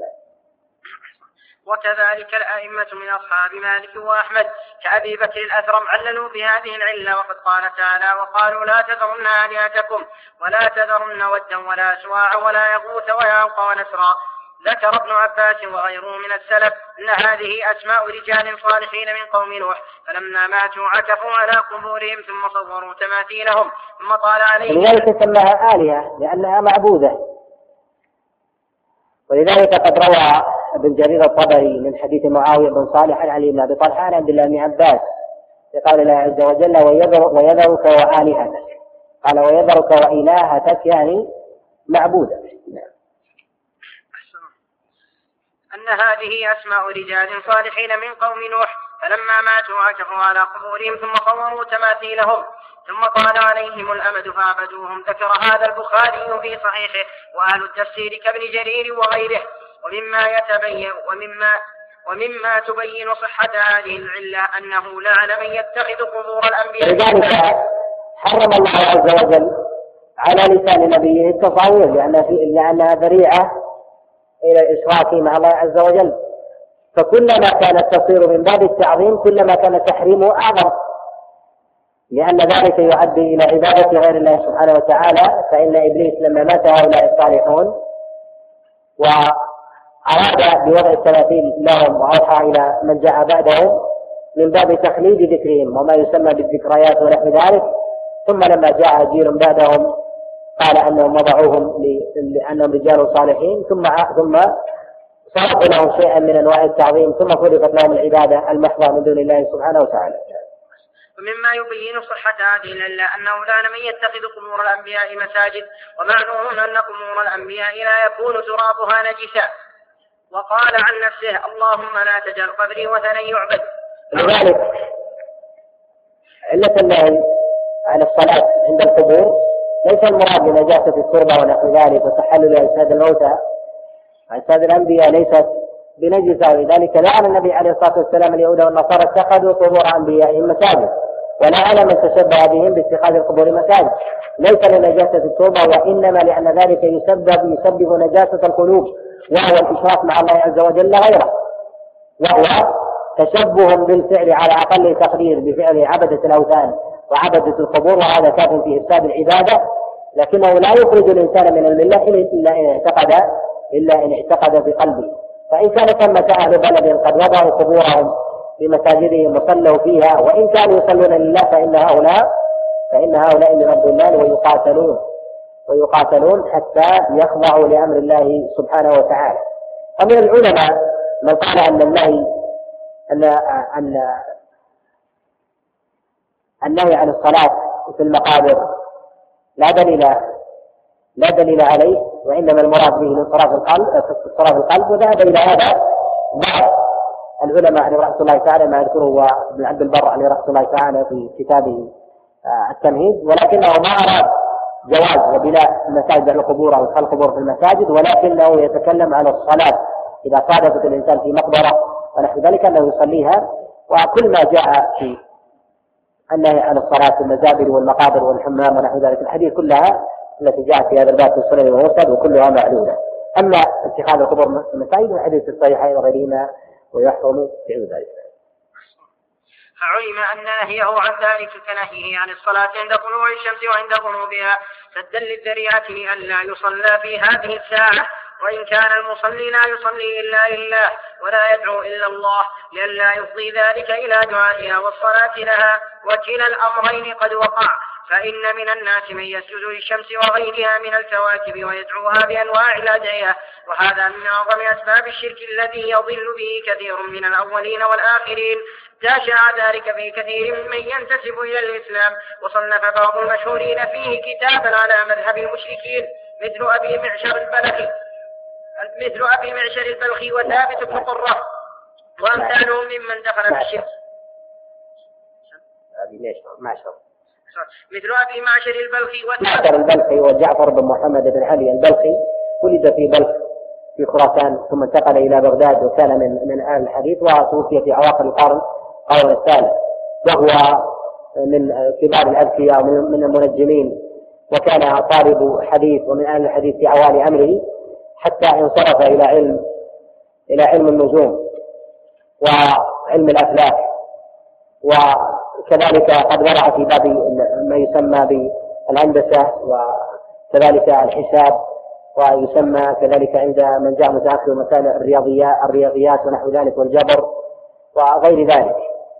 وكذلك الأئمة من أصحاب مالك وأحمد كأبي بكر الأثرم عللوا بهذه العلة، وقد قال تعالى: وقالوا لا تذرن آلهتكم ولا تذرن ودا ولا سواع ولا يغوث ويعوق ونسرا. ذكر ابن عباس وغيره من السلف أن هذه أسماء رجال صالحين من قوم نوح، فلما ماتوا عكفوا على قبورهم ثم صوروا تماثيلهم ثم طال عليهم. ولذلك سماها آلهة لأنها معبودة. ولذلك قد روى ابن جرير الطبري من حديث معاوية بن صالح عن علي بن أبي طلحة عن عبد الله بن عباس في قول الله عز وجل: ويذرك وآلهتك، قال ويذرك وإلهتك يعني معبودة. أن هذه أسماء رجال صالحين من قوم نوح، فلما ماتوا عكفوا على قبورهم ثم صوروا تماثيلهم ثم طال عليهم الأمد فعبدوهم. ذكر هذا البخاري في صحيحه وأهل التفسير كابن جرير وغيره. ومما يتبين ومما ومما تبين صحة هذه العلة أنه لعن من يتخذ قبور الأنبياء. لذلك حرم الله عز وجل على لسان نبيه التصاوير لأنها ذريعة إلى الإشراك مع الله عز وجل، فكلما كان التصوير من باب التعظيم كلما كان تحريمه أعظم، لأن ذلك يؤدي إلى عبادة غير الله سبحانه وتعالى. فإن إبليس لما مات هؤلاء الصالحون وأراد بوضع التماثيل لهم وأوحى إلى من جاء بعدهم من باب تخليد ذكرهم وما يسمى بالذكريات ونحو ذلك، ثم لما جاء جيل بعدهم قال أنهم وضعوهم لأنهم رجال صالحين، ثم ثم صرفوا لهم شيئا من أنواع التعظيم، ثم فرضت لهم العبادة المحضة من دون الله سبحانه وتعالى. ومما يبين صحة هذه العلة أنه لعن من يتخذ قبور الأنبياء مساجد، ومعلوم أن قبور الأنبياء لا يكون ترابها نجسا، وقال عن نفسه: اللهم لا تجعل قبري وثنا يعبد. لذلك علة النهي عن الصلاة عند القبور ليس المراد بنجاسة التربة ونحو ذلك وتحلل أجساد الموتى، أجساد الأنبياء ليست بنجسة، ولذلك لعن النبي عليه الصلاة والسلام اليهود والنصارى اتخذوا قبور أنبيائهم مساجد، ولعن من تشبه بهم باتخاذ القبور مساجد، ليس لنجاسة التربة وإنما لأن ذلك يسبب يسبب نجاسة القلوب، وهو الإشراك مع الله عز وجل غيره، وهو تشبه بالفعل على أقل تقدير بفعل عبدة الأوثان وعبدة القبور، وهذا كاف في إفساد العبادة، لكنه لا يخرج الإنسان من الملة إلا إن اعتقد إلا إن اعتقد في قلبه. فإن كان ثمة أهل بلد قد وضعوا قبورهم في مساجدهم وصلوا فيها وإن كانوا يصلون لله فإن هؤلاء فإن هؤلاء لرب الله ويقاتلون ويقاتلون حتى يخضعوا لأمر الله سبحانه وتعالى. ومن العلماء من قال أن النهي أن أن النهي عن الصلاة في المقابر لا دليل لا دليل عليه، وإنما المراد به انصراف القلب انصراف القلب وذهب إلى هذا بعض العلماء عليه رحمة الله تعالى ما يذكره ابن عبد البر عليه رحمة الله تعالى في كتابه التمهيد، ولكنه ما أراد جواز وبناء المساجد على القبور أو إدخال القبور في المساجد، ولكنه يتكلم عن الصلاة إذا صادفت الإنسان في مقبرة ونحو ذلك أنه يصليها. وكل ما جاء في النهي عن الصلاة في المزابر والمقابر والحمام ونحو ذلك الحديث كلها التي جاءت في هذا الباب في السنن والمسند وكلها معلولة. أما اتخاذ القبور في المساجد الحديث الصحيحين وغيرهما ويحرم فعل ذلك. فعلم أن نهيه عن ذلك كنهيه عن الصلاة عند طلوع الشمس وعند غروبها سدا للذريعة لئلا يصلى في هذه الساعة، وإن كان المصلي لا يصلي إلا لله ولا يدعو إلا الله لئلا يفضي ذلك إلى دعائها والصلاة لها، وكلا الأمرين قد وقع. فإن من الناس من يسجد للشمس وغيرها من الكواكب ويدعوها بأنواع الأدعية، وهذا من أعظم أسباب الشرك الذي يضل به كثير من الأولين والآخرين. تاشع ذلك في كثير ممن ينتسب إلى الإسلام، وصنف بعض المشهورين فيه كتابا على مذهب المشركين مثل أبي معشر البلخي مثل أبي معشر البلخي وثابت بن قرة وأمثالهم ممن دخل في الشرك. مثل أبي معشر البلخي وثابت البلخي وجعفر بن محمد بن علي البلخي ولد في بلخ في خراسان ثم انتقل إلى بغداد وكان من من أهل الحديث، وتوفي في أواخر القرن القرن الثالث، وهو من كبار الأذكياء ومن المنجمين، وكان طالب حديث ومن أهل الحديث في أوائل أمره، حتى انصرف إلى علم إلى علم النجوم وعلم الأفلاك، وكذلك قد ورع في باب ما يسمى بالهندسة وكذلك الحساب، ويسمى كذلك عند من جاء متأخر مسائل الرياضيات الرياضيات ونحو ذلك والجبر وغير ذلك.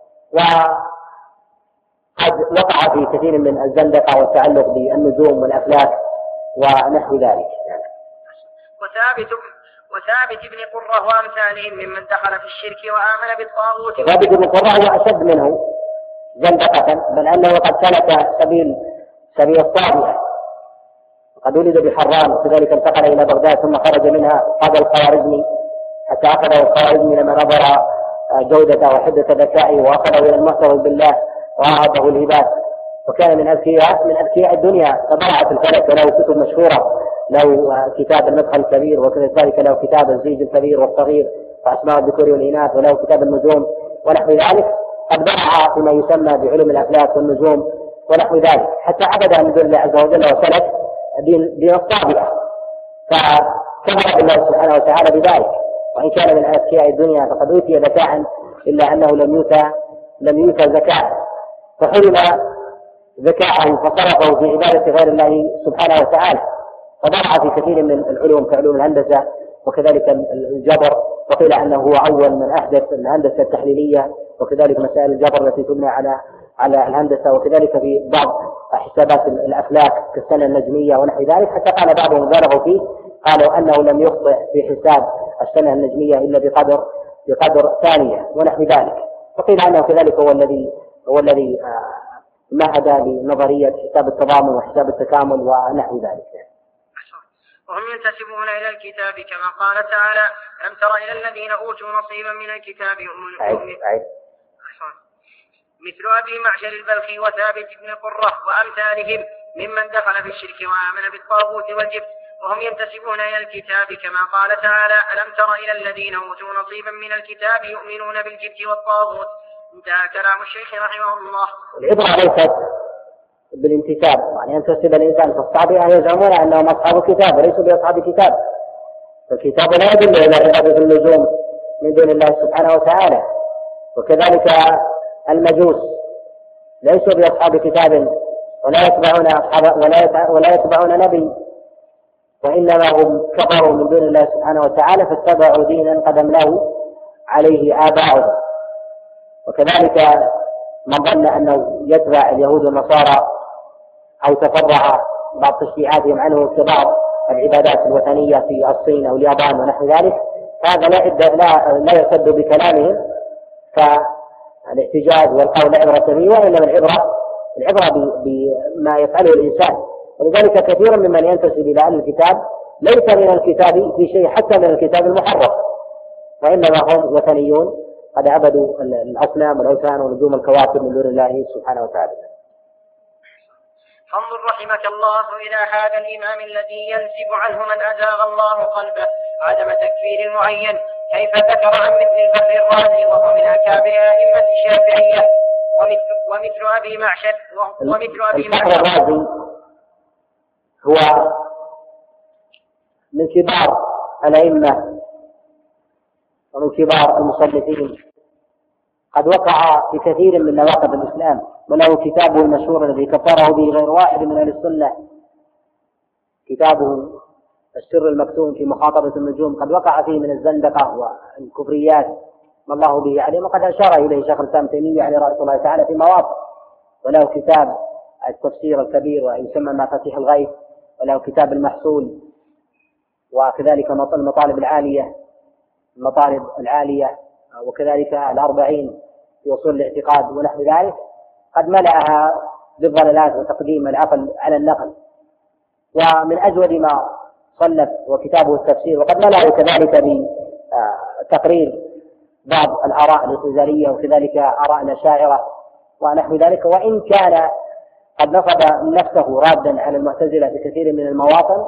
وقد وقع في كثير من الزندقة والتعلق بالنجوم والأفلاك ونحو ذلك. وثابت وثابت بن قرة وأمثالهم ممن دخل في الشرك وآمن بالطاغوت. ثابت بن قرة هو أشد منه زندقة، بل أنه قد سلك سبيل سبيل الطاغية، قد ولد بحران وكذلك انتقل إلى بغداد ثم خرج منها قاد الخوارزمي حتى أخذه الخوارزمي لما نظر جودة وحدة ذكائه وأخذه إلى المعترف بالله وأعطاه الهبات، وكان من أذكياء من أذكياء الدنيا، فضاعت الفلك وله كتب مشهورة، له كتاب المدخل الكبير وكذلك له كتاب الزيج الكبير والصغير وأسماء الذكور والإناث، وله كتاب النجوم ونحو ذلك. قد برع فيما يسمى بعلوم الأفلاك والنجوم ونحو ذلك، حتى عبد من دون الله عز وجل وسلك دين الطاغية، فكفر بالله سبحانه وتعالى بذلك. وإن كان من أذكياء الدنيا فقد أوتي ذكاء إلا أنه لم يؤتى لم يؤتى زكاة، فحرم ذكاءه فصرفه في عبادة غير الله سبحانه وتعالى، فضرع في كثير من العلوم كعلوم الهندسة وكذلك الجبر، وقيل أنه هو أول من أحدث الهندسة التحليلية وكذلك مسائل الجبر التي تبنى على على الهندسة، وكذلك في بعض حسابات الأفلاك كالسنة النجمية ونحو ذلك، حتى قال بعضهم بالغوا فيه، قالوا أنه لم يخطئ في حساب السنة النجمية إلا بقدر بقدر ثانية ونحو ذلك. وقيل أنه كذلك هو الذي هو الذي مهد لنظرية حساب التضامن وحساب التكامل ونحو ذلك. وهم ينتسبون إلى الكتاب كما قال تعالى: ألم تر إلى الذين أوتوا نصيبا من الكتاب يؤمنون مثل أبي معشر البلخي وثابت بن قرة وأمثالهم ممن دخل في الشرك وآمن بالطاغوت والجبت. وهم ينتسبون إلى الكتاب كما قال تعالى: ألم تر إلى الذين أوتوا نصيبا من الكتاب يؤمنون بالجبت والطاغوت. انتهى كلام الشيخ رحمه الله. العبرة ليست بالانتساب، يعني ينتسب الإنسان في الصحابة يزعمون أنهم أصحاب الكتاب وليسوا بأصحاب الكتاب، فالكتاب لا يدل إلى عبادة النجوم من دون الله سبحانه وتعالى. وكذلك المجوس ليسوا بأصحاب كتاب ولا يتبعون أصحاب ولا ولا يتبعون نبي، وإنما هم كفروا من دون الله سبحانه وتعالى فاتبعوا دينا قد أملاه عليه آباؤهم. وكذلك من ظن أنه يتبع اليهود والنصارى أو تفرع بعض تشريعاتهم عنه اتباع العبادات الوثنية في الصين أو اليابان ونحو ذلك، هذا لا لا لا يسد بكلامهم كالاحتجاج والقول عبرة به، وإنما العبرة العبرة بما يفعله الإنسان. ولذلك كثير ممن ينتسب إلى أهل الكتاب ليس من الكتاب في شيء حتى من الكتاب المحرف، وإنما هم وثنيون قد عبدوا الأصنام والأوثان ونجوم الكواكب من دون الله سبحانه وتعالى. فانظر رحمك الله إلى هذا الإمام الذي ينسب عنه من أزاغ الله قلبه عدم تكفير المعين، كيف ذكر عن مثل الفخر الرازي وهو من أكابر أئمة الشافعية ومثل, ومثل أبي معشر ومثل أبي معشر. الرازي هو من كبار الأئمة ومن كبار المصنفين، قد وقع في كثير من نواقض الإسلام، وله كتابه المشهور الذي كفره به غير واحد من أهل السنة، كتابه السر المكتوم في مخاطبة النجوم، قد وقع فيه من الزندقة والكفريات ما الله به عليهم، وقد أشار إليه شيخ الإسلام تيمية عليه رحمة الله تعالى في مواقف. وله كتاب التفسير الكبير ويسمى مفاتيح الغيب، وله كتاب المحصول، وكذلك المطالب العالية المطالب العالية وكذلك الأربعين في أصول الاعتقاد ونحو ذلك، قد ملأها بالضلالات وتقديم العقل على النقل. ومن أجود ما صنف وكتابه التفسير، وقد ملأه كذلك بتقرير بعض الآراء الاعتزالية وكذلك آراء الأشاعرة ونحو ذلك، وإن كان قد نصب نفسه رادا على المعتزلة في كثير من المواطن،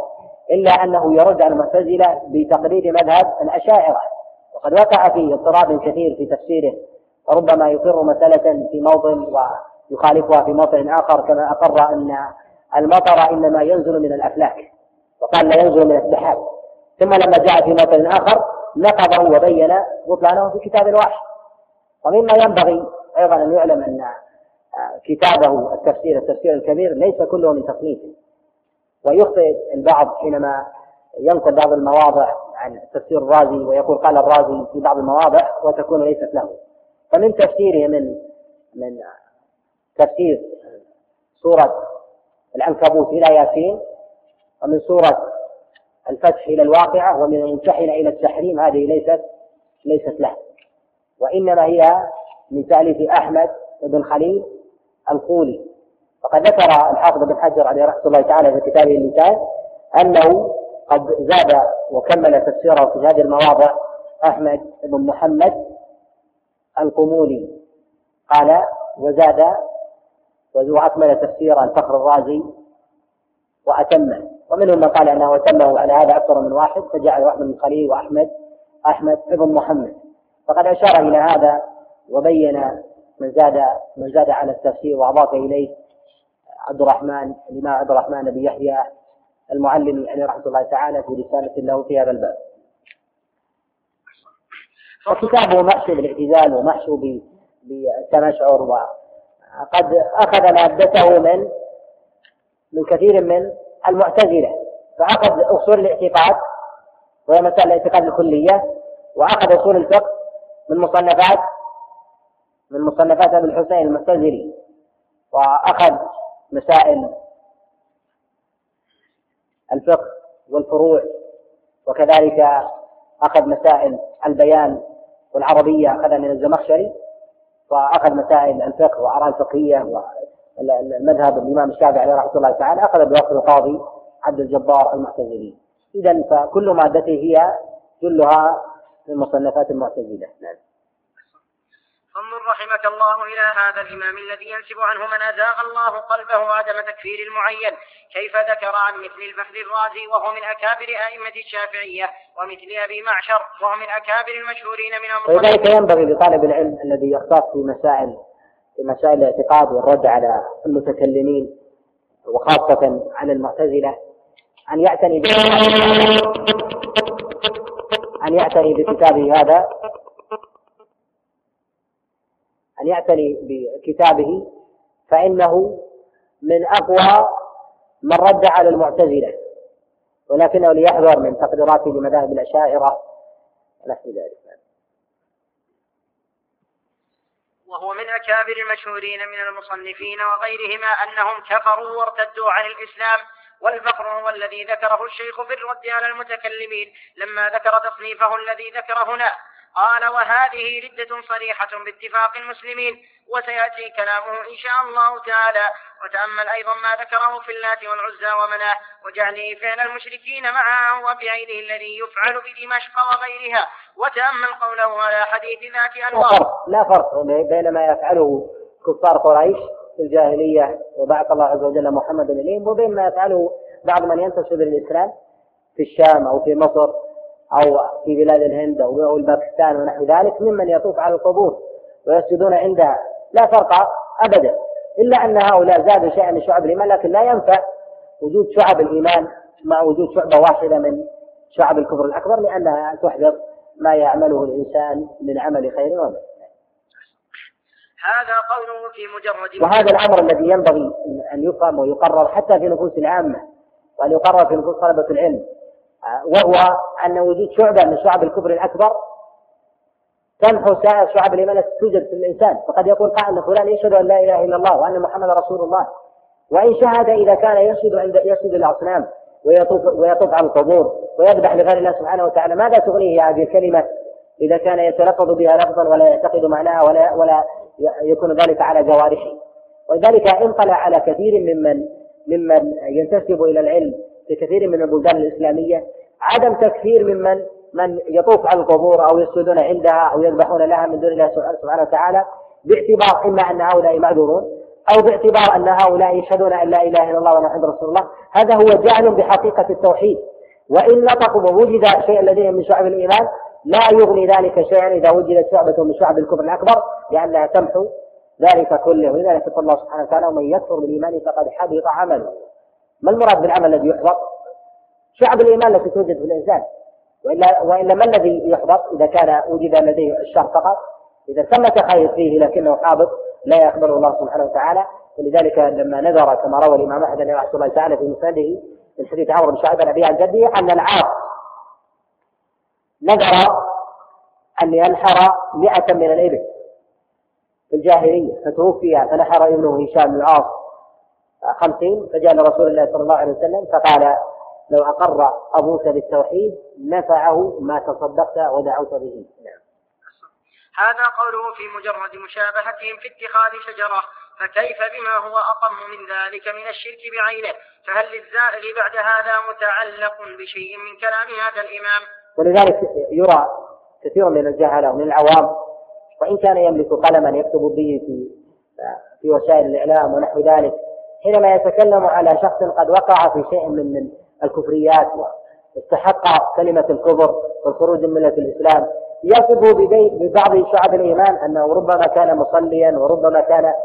إلا أنه يرد على المعتزلة بتقليد مذهب الأشاعرة، وقد وقع في اضطراب كثير في تفسيره، وربما يقر مسألة في موطن ويخالفها في موطن آخر، كما أقر أن المطر إنما ينزل من الأفلاك وقال لا ينزل من السحاب، ثم لما جاء في موطن آخر نقضه وبين بطلانه في كتاب واحد. ومما ينبغي أيضا أن يعلم أن كتابه التفسير التفسير الكبير ليس كله من تصنيفه، ويخطئ البعض حينما ينقل بعض المواضع عن تفسير الرازي ويقول قال الرازي في بعض المواضع وتكون ليست له. فمن تفسيره من من تفسير سورة العنكبوت إلى ياسين، ومن سورة الفتح إلى الواقعة، ومن الممتحنة إلى التحريم، هذه ليست ليست له، وإنما هي من تأليف أحمد بن خليل الخولي. وقد ذكر الحافظ بن حجر عليه رحمة الله تعالى في كتابه اللسان أنه قد زاد وكمل تفسيره في هذه المواضع أحمد بن محمد القمولي، قال وزاد وأكمل تفسير الفخر الرازي وأتمه، ومنهم من قال أنه أتمه على هذا أكثر من واحد فجعل أحمد بن خليل وأحمد أحمد بن محمد. فقد أشار إلى هذا وبين من زاد من زاد على التفسير وأضاف إليه عبد الرحمن الإمام عبد الرحمن بن يحيى المعلم عليه رحمة الله تعالى في رسالة له في هذا الباب. وكتابه محشو بالاعتزال ومحشو بالتمشعر، وقد أخذ مادته من من كثير من المعتزلة، فأخذ أصول الاعتقاد وهي مسائل الاعتقاد الكلية، وأخذ أصول الفقه من مصنفات من مصنفات أبي الحسين المعتزلي، وأخذ مسائل الفقه والفروع، وكذلك أخذ مسائل البيان والعربية أخذها من الزمخشري، وأخذ مسائل الفقه وآراء الفقهية والمذهب الإمام الشافعي عليه رحمة الله تعالى أخذ بوصف القاضي عبد الجبار المعتزلي. إذن فكل مادته هي كلها من مصنفات المعتزلة. نعم. انظر رحمك الله إلى هذا الإمام الذي ينسب عنه من أزاغ الله قلبه عدم تكفير المعين، كيف ذكر عن مثل الفخر الرازي وهو من أكابر أئمة الشافعية، ومثل أبي معشر وهو من أكابر المشهورين من المصنفين. ولذلك ينبغي لطالب العلم الذي يختص في مسائل في مسائل الاعتقاد والرد على المتكلمين وخاصة على المعتزلة أن يعتني أن يعتني بكتابه هذا أن يعتني بكتابه فإنه من أقوى من رد على المعتزلة، ولكنه ليحذر من تقديراته لمذاهب الأشاعرة ونحو ذلك. وهو من أكابر المشهورين من المصنفين وغيرهما أنهم كفروا وارتدوا عن الإسلام. والفقر هو الذي ذكره الشيخ في الرد على المتكلمين لما ذكر تصنيفه الذي ذكر هنا، قال وهذه ردة صريحة باتفاق المسلمين، وسيأتي كلامه إن شاء الله تعالى. وتأمل أيضا ما ذكره في اللات والعزى ومناه وجعله فعل المشركين معه وبعينه الذي يفعل بدمشق وغيرها، وتأمل قوله على حديث ذات أنوار. لا فرق بين ما يفعله كفار قريش في الجاهلية وبعث الله عز وجل محمد إليهم، وبين ما يفعله بعض من ينتسب للإسلام في الشام أو في مصر أو في بلاد الهند أو الباكستان ونحو ذلك ممن يطوف على القبور ويسجدون عندها. لا فرق أبدا، إلا أن هؤلاء زادوا شيئا من شعب الإيمان، لكن لا ينفع وجود شعب الإيمان مع وجود شعبة واحدة من شعب الكفر الأكبر، لأنها تحبط ما يعمله الإنسان من عمل خير وبر. هذا قوله في مجرد. وهذا الأمر الذي ينبغي أن يفهم ويقرر حتى في نفوس العامة، وأن يقرر في نفوس طلبة العلم، وهو أن وجود شعبة من شعب الكفر الأكبر تمحو سائر شعب الإيمان التي توجد في الإنسان. فقد يقول قائل فلان يشهد أن لا إله إلا الله وأن محمد رسول الله، وإن شهد إذا كان يسجد عند يسجد الأصنام ويطوف ويطوف على القبور ويذبح لغير الله سبحانه وتعالى، ماذا تغنيه هذه الكلمة إذا كان يتلفظ بها لفظا ولا يعتقد معناها ولا ولا يكون ذلك على جوارحه؟ ولذلك انطلع على كثير ممن ممن ينتسب إلى العلم في كثير من البلدان الإسلامية عدم تكفير ممن من يطوف على القبور أو يسجدون عندها أو يذبحون لها من دون الله سبحانه وتعالى، باعتبار إما أن هؤلاء معذورون أو باعتبار أن هؤلاء يشهدون أن لا إله إلا الله وأن محمد رسول الله. هذا هو جهل بحقيقة التوحيد، وإن نطقوا ووجد شيء لديهم من شعب الإيمان لا يغني ذلك شيئا إذا وجدت شعبة من شعب الكفر الأكبر، لأنها تمحو ذلك كله. ولذلك يقول الله سبحانه وتعالى: ومن يكفر بالإيمان فقد حبط عمله. ما المراد بالعمل الذي يحبط؟ شعب الإيمان التي توجد في الإنسان، وإلا, وإلا ما الذي يحبط إذا كان وجد لديه الشر فقط؟ إذا ثمة خير فيه لكنه حابط لا يقبله الله سبحانه وتعالى. ولذلك لما نذر كما روى الإمام أحمد رحمه الله تعالى في مسنده من حديث عمرو بن شعيب عن أبيه عن جده أن العاص نذر أن ينحر مئة من الإبل في الجاهلية، فتوفي فنحر ابنه هشام بن العاص خمسين، فجاء لرسول الله صلى الله عليه وسلم فقال: لو أقر أبوك بالتوحيد نفعه ما تصدقت ودعوت به. نعم. هذا قوله في مجرد مشابهتهم في اتخاذ شجرة، فكيف بما هو أقم من ذلك من الشرك بعينه؟ فهل للزائر بعد هذا متعلق بشيء من كلام هذا الإمام؟ ولذلك يرى كثير من الجهلة ومن العوام وإن كان يملك قلما يكتب به في في وسائل الإعلام ونحو ذلك، حينما يتكلم على شخص قد وقع في شيء من الكفريات واستحق كلمة الكفر والخروج من ملة الإسلام، يصف ببعض شعب الإيمان أنه ربما كان مصليا وربما كان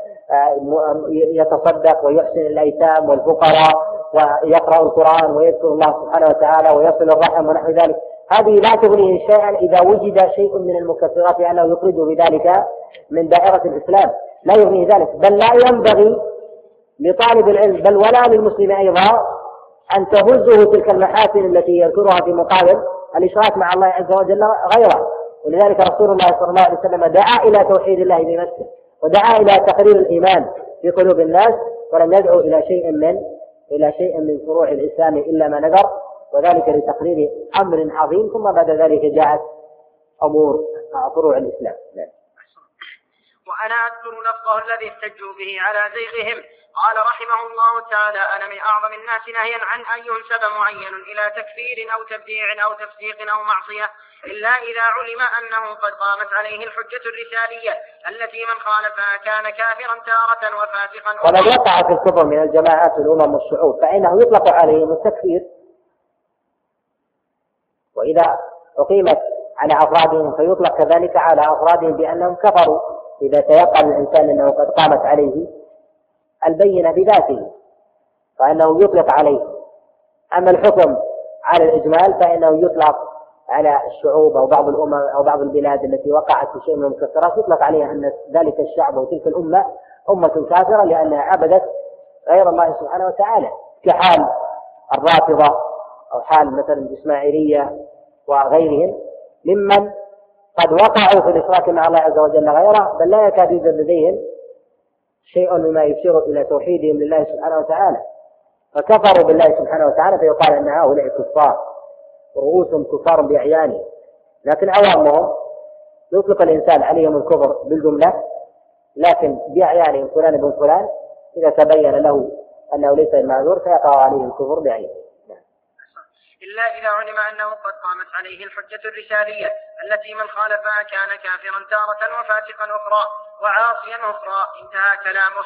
يتصدق ويحسن الأيتام والفقراء ويقرأ القرآن ويذكر الله سبحانه وتعالى ويصل الرحم ونحو ذلك. هذه لا تغنيه شيئا إذا وجد شيء من المكفرات أنه يخرج بذلك من دائرة الإسلام، لا يغنيه ذلك. بل لا ينبغي لطالب العلم بل ولا للمسلم أيضا أن تهزه تلك المحاسن التي يذكرها في مقابل الإشراك مع الله عز وجل غيره. ولذلك رسول الله صلى الله عليه وسلم دعا إلى توحيد الله بنفسه ودعا إلى تقرير الإيمان في قلوب الناس، ولم يدعو إلى شيء من إلى شيء من فروع الإسلام إلا ما نذر، وذلك لتقرير أمر عظيم، ثم بعد ذلك جاءت أمور فروع الإسلام. وأنا أذكر لفظه الذي احتجوا به على زيغهم. قال رحمه الله تعالى: أنا من أعظم الناس نهيا عن أن ينسب معين إلى تكفير أو تبديع أو تفسيق أو معصية، إلا إذا علم أنه قد قامت عليه الحجة الرسالية التي من خالفها كان كافرا تارة وفاسقا أخرى. ومن وقع في الكفر من الجماعات والأمم والشعوب فإنه يطلق عليهم التكفير، وإذا أقيمت على أفرادهم فيطلق كذلك على أفرادهم بأنهم كفروا إذا تيقن الإنسان أنه قد قامت عليه البينة بذاته فإنه يطلق عليه. أما الحكم على الإجمال فإنه يطلق على الشعوب أو بعض الأمم أو بعض البلاد التي وقعت في شيء من المكفرات، يطلق عليها أن ذلك الشعب وتلك الأمة أمة كافرة لأنها عبدت غير الله سبحانه وتعالى، كحال الرافضة أو حال مثلا الإسماعيلية وغيرهم ممن قد وقعوا في الإشراك مع الله عز وجل غيره، بل لا يكاد يوجد لديهم شيء مما يشير إلى توحيدهم لله سبحانه وتعالى، فكفروا بالله سبحانه وتعالى فيقال أن هؤلاء كفار ورؤوسهم كفار بأعيانهم. لكن عوامهم يطلق الإنسان عليهم الكفر بالجملة، لكن بأعيانهم فلان بن فلان إذا تبين له أنه ليس المعذور فيقع عليه الكفر بعينه. إلا إذا علم أنه قد قامت عليه الحجة الرسالية التي من خالفها كان كافرا تارة وفاسقا أخرى وعاصيا أخرى. انتهى كلامه.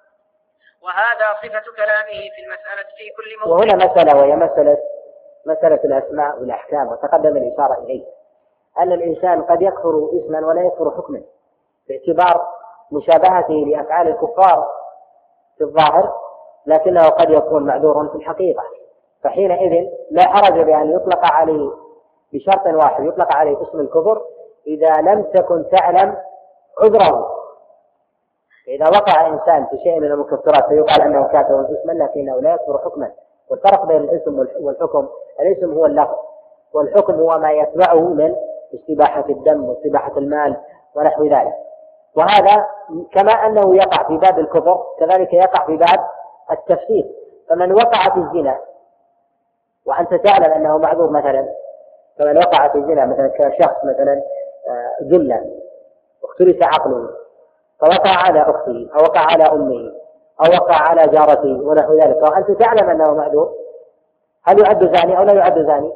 وهذا صفة كلامه في المسألة في كل موضع. وهنا مسألة وهي مسألة مسألة الأسماء والأحكام، وتقدم الإشارة إليه أن الإنسان قد يكفر اسما ولا يكفر حكما باعتبار مشابهته لأفعال الكفار في الظاهر، لكنه قد يكون معذورا في الحقيقة، فحينئذ لا حرج بأن يطلق عليه بشرط واحد يطلق عليه اسم الكفر إذا لم تكن تعلم عذره. إذا وقع إنسان في شيء من المكفرات فيقال أنه كافر اسما لكنه لا يكفر حكما. والفرق بين الاسم والحكم: الاسم هو اللفظ، والحكم هو ما يتبعه من استباحة الدم واستباحة المال ونحو ذلك. وهذا كما أنه يقع في باب الكفر كذلك يقع في باب التفسيق. فمن وقع في الزنا وأنت تعلم أنه معذور مثلا، فمن وقع في الزنا مثلا كشخص مثلا جلا واختلس عقله فوقع على أخته أو وقع على أمه أو وقع على جارته ونحو ذلك، وأنت تعلم أنه معذور، هل يعد زاني أو لا يعد زاني؟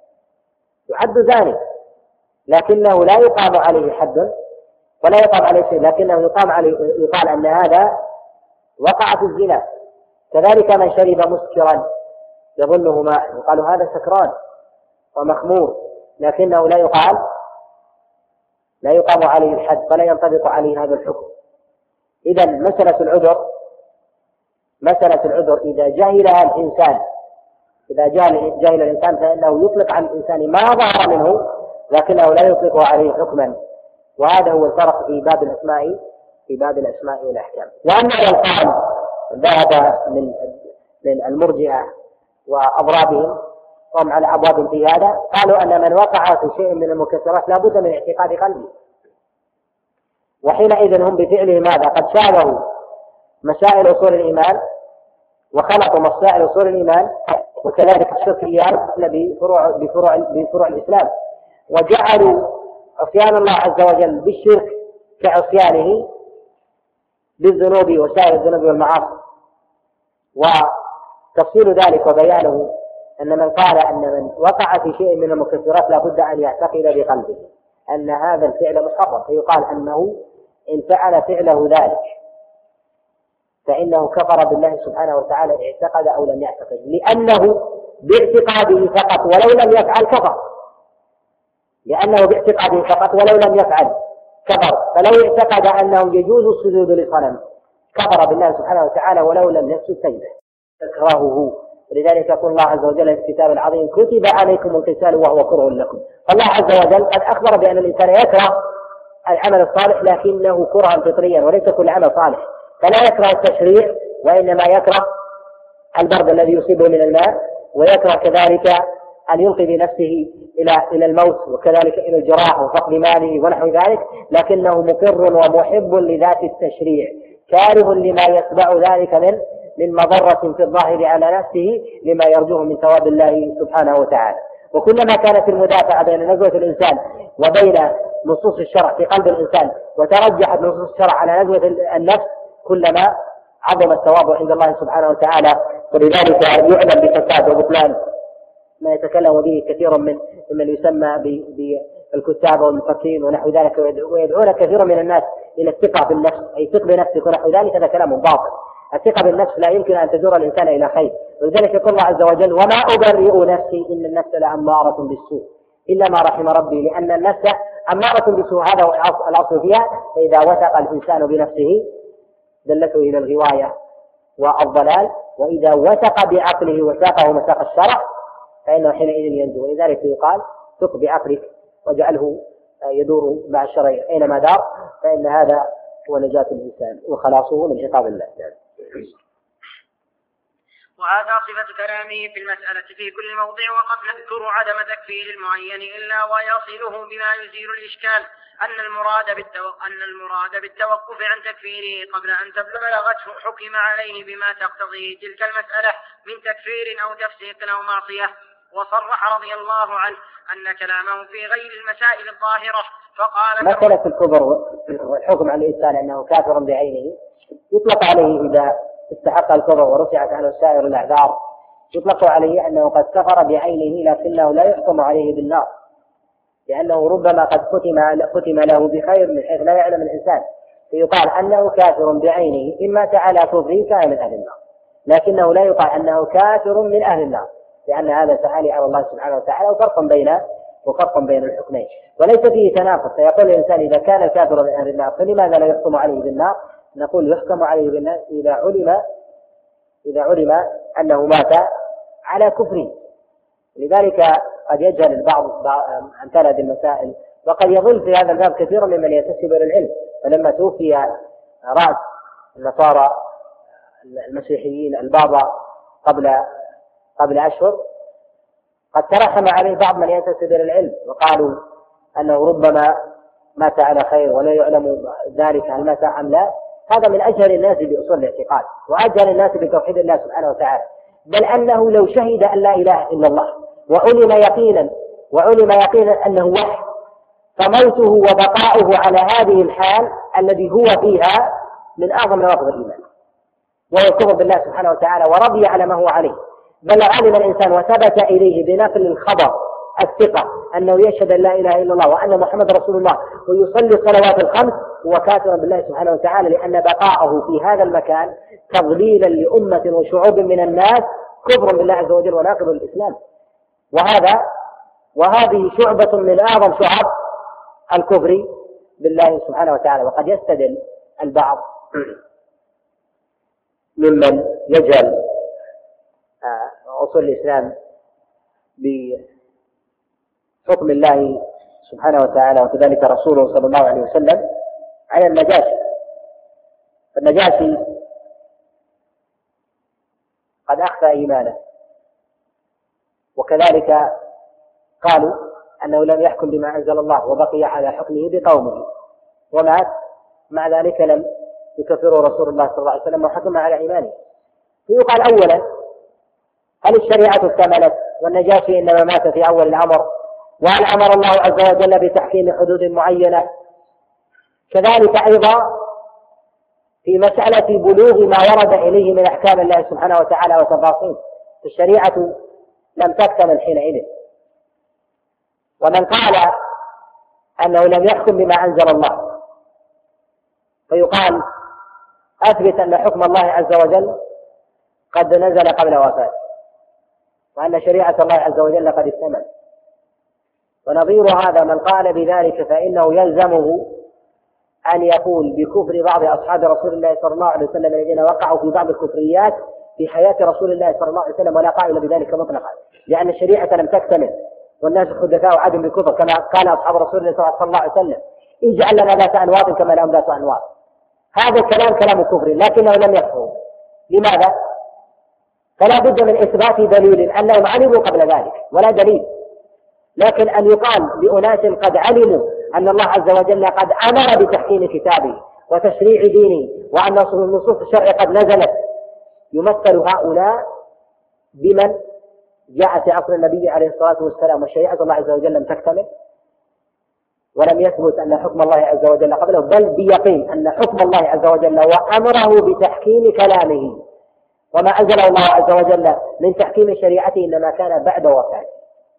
يعد زاني، لكنه لا يقام عليه حد ولا يقام عليه شيء، لكنه يقام عليه يقال أن هذا وقع في الزنا. كذلك من شرب مسكرا يظنه ماء يقال هذا سكران، ومخمور، لكنه لا يقال لا يقام عليه الحد فلا ينطبق عليه هذا الحكم. إذا مسألة العذر مسألة العذر إذا جهلها الإنسان إذا جهل, جهل الإنسان فإنه يطلق على الإنسان ما ظهر منه لكنه لا يطلقه عليه حكما، وهذا هو الفرق في باب الأسماء في باب الأسماء والأحكام. وأما القائل ذهب من من المرجئة وأضرابهم وهم على أبواب في هذا، قالوا أن من وقع في شيء من المكسرات لا بد من اعتقاد قلبه، وحينئذ هم بفعله ماذا؟ قد شابهوا مسائل أصول الإيمان وخلطوا مسائل أصول الإيمان وكذلك الشركيات بفروع بفروع بفروع الإسلام، وجعلوا عصيان الله عز وجل بالشرك كعصيانه بالذنوب وسائر الذنوب والمعاصي. وتفصيل ذلك وبيانه أن من قال أن من وقع في شيء من المكفرات لا بد أن يعتقد بقلبه أن هذا الفعل محرم، فيقال أنه إن فعل فعله ذلك فإنه كفر بالله سبحانه وتعالى اعتقد أو لم يعتقد، لأنه باعتقاده فقط ولو لم يفعل كفر لأنه باعتقاده فقط ولو لم يفعل كفر فلو اعتقد أنه يجوز السجود لصنم كفر بالله سبحانه وتعالى ولو لم يسجد سجده تكرهه. ولذلك يقول الله عز وجل في الكتاب العظيم كتب عليكم القتال وهو كره لكم. فالله عز وجل قد أخبر بأن الإنسان يكره العمل الصالح لكنه كرها فطريا وليس كل عمل صالح، فلا يكره التشريع وإنما يكره البرد الذي يصيبه من الماء، ويكره كذلك أن يلقي بنفسه إلى إلى الموت وكذلك إلى الجراح وفقد ماله ونحو ذلك، لكنه مقر ومحب لذات التشريع كاره لما يتبع ذلك من من مضرة في الظاهر على نفسه لما يرجوه من ثواب الله سبحانه وتعالى. وكلما كانت المدافعة بين نزوة الإنسان وبين نصوص الشرع في قلب الإنسان وترجحت نصوص الشرع على نزوة النفس كلما عظم الثواب عند الله سبحانه وتعالى. ولذلك يعلم بفساد وبطلان ما يتكلم به كثير من من يسمى بالكتاب والمفكرين ونحو ذلك، ويدعون كثير من الناس إلى الثقة بالنفس، أي ثق بنفسك ونحو ذلك، هذا كلام باطل. الثقة بالنفس لا يمكن أن تجر الإنسان إلى خير، ولذلك يقول الله عز وجل وما أبرئ نفسي إن النفس لأمارة بالسوء إلا ما رحم ربي، لأن النفس أمارة بالسوء هذا هو الأصل فيها. فإذا وثق الإنسان بنفسه دلته إلى الغواية والضلال، وإذا وثق بعقله وساقه مساق الشرع فإنه حينئذ ينجو. ولذلك يقال ثق بعقلك واجعله يدور مع الشرع أينما دار، فإن هذا هو نجاة الإنسان وخلاصه من عقاب الله. وهذا صفة كلامه في المسألة في كل موضع. وقد نذكر عدم تكفير المعين إلا ويصله بما يزيل الإشكال أن المراد بالتو... أن المراد بالتوقف عن تكفيره قبل أن تبلغته حكم عليه بما تقتضيه تلك المسألة من تكفير أو تفسيق أو معصية. وصرح رضي الله عنه أن كلامه في غير المسائل الظاهرة فقال مسألة الكفر والحكم على الإنسان أنه كافر بعينه يطلق عليه إذا استحق الكفر ورفعت عنه سائر الأعذار، يطلق عليه أنه قد كفر بعينه لكنه لا يحكم عليه بالنار، لأنه ربما قد ختم ختم له بخير من حيث لا يعلم الإنسان، فيقال أنه كافر بعينه إما على كفره كان من أهل النار، لكنه لا يقال أنه كافر من أهل النار، لأن هذا تعالي على الله سبحانه وتعالى وفرق بين وفرق بين الحكمين وليس فيه تناقض. فيقول الإنسان إذا كان الكافر من أهل النار فلماذا لا يحكم عليه بالنار؟ نقول يحكم عليه بالنار إذا علم إذا علم أنه مات على كفره. لذلك قد يجهل البعض عن هذه المسائل، وقد يظل في هذا الباب كثير ممن ينتسب إلى العلم. فلما توفي رأس النصارى المسيحيين البابا قبل قبل أشهر قد ترحم عليه بعض من ينتسب إلى العلم وقالوا أنه ربما مات على خير ولا يعلم ذلك هل مات أم لا. هذا من أجهل الناس بأصول الاعتقاد وأجهل الناس بتوحيد الله سبحانه وتعالى، بل أنه لو شهد أن لا إله إلا الله وعلم يقينا وعلم يقينا أنه وحي فموته وبقاؤه على هذه الحال الذي هو فيها من أعظم نواقض الإيمان، وهو الكفر بالله سبحانه وتعالى ورضي على ما هو عليه. بل علم الإنسان وثبت إليه بنقل الخبر الثقة أنه يشهد أن لا إله إلا الله وأن محمد رسول الله ويصلي الصلوات الخمس هو كافر بالله سبحانه وتعالى، لأن بقاءه في هذا المكان تضليلا لأمة وشعوب من الناس كفر بالله عز وجل وناقض الإسلام. وهذا وهذه شعبة من أعظم شعب الكفر بالله سبحانه وتعالى. وقد يستدل البعض ممن يجهل أصول الإسلام بحكم الله سبحانه وتعالى وكذلك رسوله صلى الله عليه وسلم على النجاشي. النجاشي قد أخفى إيمانه، وكذلك قالوا أنه لم يحكم بما أنزل الله وبقي على حكمه بقومه ومات، مع ذلك لم يكفره رسول الله صلى الله عليه وسلم وحكم على إيمانه. فيقال أولا هل الشريعة اكتملت والنجاشي إنما مات في أول الأمر، وهل أمر الله عز وجل بتحكيم حدود معينة؟ كذلك أيضا في مسألة بلوغ ما ورد إليه من أحكام الله سبحانه وتعالى وتفاصيل، الشريعة لم تكتمل حينئذ. ومن قال أنه لم يحكم بما أنزل الله فيقال أثبت أن حكم الله عز وجل قد نزل قبل وفاته، وأن شريعة الله عز وجل قد اكتملت. ونظير هذا من قال بذلك فإنه يلزمه أن يقول بكفر بعض أصحاب رسول الله صلى الله عليه وسلم الذين وقعوا في بعض الكفريات في حياة رسول الله صلى الله عليه وسلم، ولا قائل بذلك مطلقا، لأن الشريعة لم تكتمل والناس حدثاء عدم بالكفر، كما قال أصحاب رسول الله صلى الله عليه وسلم اجعل لنا ذات أنواط كما لهم ذات أنواط. هذا الكلام كلام كفر لكنه لم يكفر. لماذا؟ فلا بد من إثبات دليل أنهم علموا قبل ذلك ولا دليل. لكن أن يقال لأناس قد علموا أن الله عز وجل قد أمر بتحكيم كتابه وتشريع دينه وأن نصوص الشرع قد نزلت، يمثل هؤلاء بمن جاء في عصر النبي عليه الصلاة والسلام وشريعة الله عز وجل لم تكتمل ولم يثبت أن حكم الله عز وجل قبله، بل بيقين أن حكم الله عز وجل وأمره بتحكيم كلامه، وما أنزله الله عز وجل من تحكيم شريعته إنما كان بعد وفاته.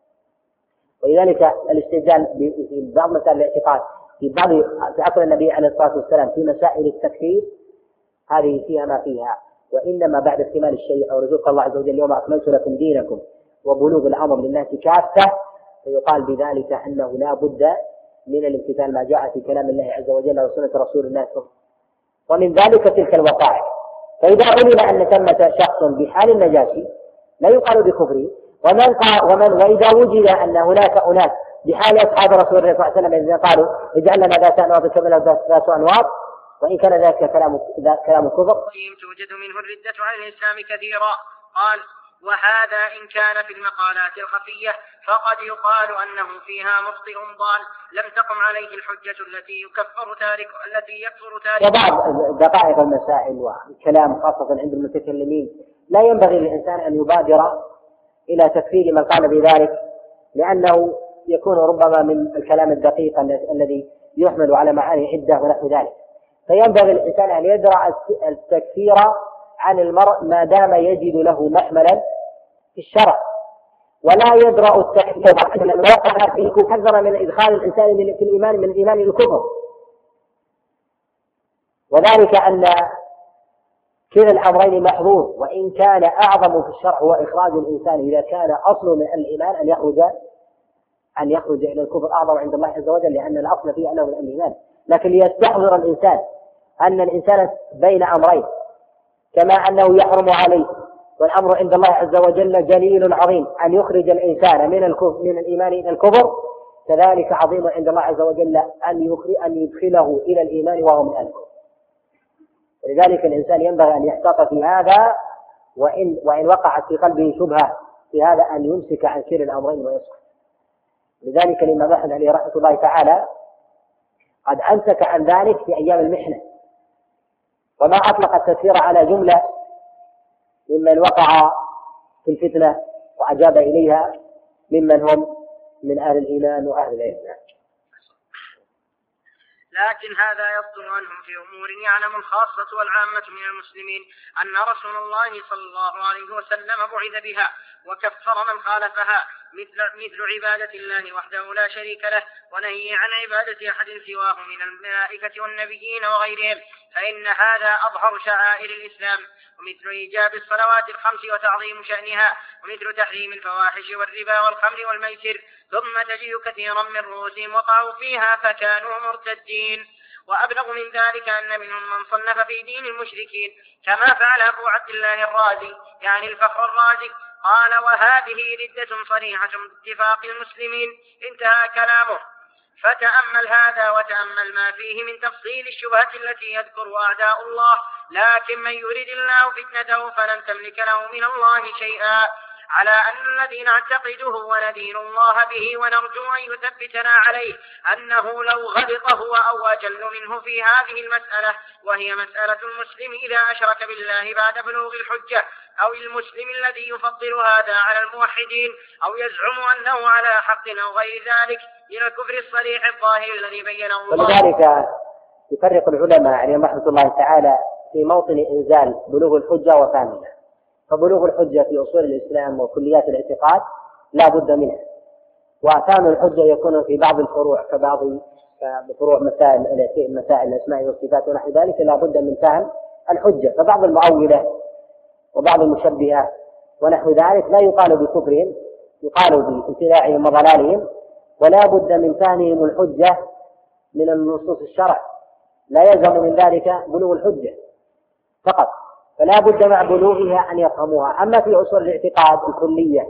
ولذلك الاستدلال في بعض مسائل الاعتقاد في بعض في عصر النبي عليه الصلاة والسلام في مسائل التكفير هذه فيها ما فيها، وإنما بعد اكتمال الشيء أو رزق الله عز وجل اليوم أكملت لكم دينكم وبلوغ الأمر للناس كافة، فيقال بذلك أنه لا بد من الامتثال ما جاء في كلام الله عز وجل وسنة رسول الله صلى الله عليه وسلم. ومن ذلك تلك الوقائع. فإذا علم أن ثمة شخص بحال النجاشي لا يقال بكفره، ومن قال ومن وإذا وجد أن هناك أناس بحال أصحاب رسول الله صلى الله عليه وسلم الذين قالوا اجعل لنا ذات أنواط كما لهم ذات أنواط، وإن كان ذلك كلام كلام كفر. توجد منه الردة عن الإسلام كثيرا. قال: وهذا إن كان في المقالات الخفية فقد يقال أنه فيها مخطئ ضال لم تقم عليه الحجة التي يكفر تارك التي يكفر تارك. وبعض دقائق المسائل والكلام خاصة عند المتكلمين لا ينبغي للإنسان أن يبادر إلى تكفير من قال بذلك، لأنه يكون ربما من الكلام الدقيق الذي يحمل على معاني عدة ونحو ذلك. فينبغي الإنسان أن يدرع التكفير عن المرء ما دام يجد له محملا في الشرع، ولا يدرأ التكفير عن الواقع فيه حذر من إدخال الإنسان في الإيمان من الإيمان الكفر. وذلك أن كلا الأمرين محظور، وإن كان أعظم في الشرع هو إخراج الإنسان إذا كان أصل من الإيمان أن يخرج أن يخرج إلى الكفر أعظم عند الله عز وجل، لأن الأصل فيه أنه من الإيمان. لكن ليستحضر الإنسان أن الإنسان بين أمرين، كما أنه يحرم عليه والأمر عند الله عز وجل جليل عظيم أن يخرج الإنسان من الكفر من الإيمان إلى الكفر، كذلك عظيم عند الله عز وجل أن أن يدخله إلى الإيمان وهو من الكفر. ولذلك الإنسان ينبغي أن يحتاط في هذا، وإن وإن وقعت في قلبه شبهة في هذا أن يمسك عن كلا الأمرين ويسكت. لذلك الإمام أحمد عليه رحمة الله تعالى قد أمسك عن ذلك في أيام المحنة، وما أطلق التكفير على جملة ممن وقع في الفتنة وأجاب إليها ممن هم من أهل الإيمان وأهل الإسلام. لكن هذا يصدر عنهم في أمور يعلم الخاصة والعامة من المسلمين أن رسول الله صلى الله عليه وسلم بعث بها وكفر من خالفها، مثل مثل عبادة الله وحده لا شريك له ونهي عن عبادة أحد سواه من الملائكة والنبيين وغيرهم، فإن هذا أظهر شعائر الإسلام، ومثل إيجاب الصلوات الخمس وتعظيم شأنها، ومثل تحريم الفواحش والربا والخمر والميسر. ثم تجد كثيرا من رؤوسهم وقعوا فيها فكانوا مرتدين. وأبلغ من ذلك أن منهم من صنف في دين المشركين كما فعل أبو عبد الله الرازي يعني الفخر الرازي، قال: وهذه ردة صريحة باتفاق المسلمين. انتهى كلامه. فتأمل هذا وتأمل ما فيه من تفصيل الشبهة التي يذكر أعداء الله. لكن من يريد الله فتنته فلن تملك له من الله شيئا، على أن الذين اعتقده وندين الله به ونرجو أن يثبتنا عليه أنه لو غلط هو أو أجل منه في هذه المسألة، وهي مسألة المسلم إذا أشرك بالله بعد بلوغ الحجة، أو المسلم الذي يفضل هذا على الموحدين، أو يزعم أنه على حق أو غير ذلك من الكفر الصريح الظاهر الذي بينه الله. ولذلك يفرق العلماء عليهم رحمة الله تعالى في موطن إنزال بلوغ الحجة وفهمها. فبلوغ الحجة في أصول الإسلام وكليات الاعتقاد لا بد منها، وأركان الحجة يكون في بعض الفروع كبعض فروع مسائل مسائل الأسماء والصفات ونحو ذلك لا بد من فهم الحجة. فبعض المؤولة وبعض المشبهة ونحو ذلك لا يقال بكفرهم، يقال بابتداعهم وضلالهم، ولا بد من فهمهم الحجة من النصوص الشرع، لا يلزم من ذلك بلوغ الحجة فقط، فلا بد مع بلوغها أن يفهموها. أما في أصول الاعتقاد الكلية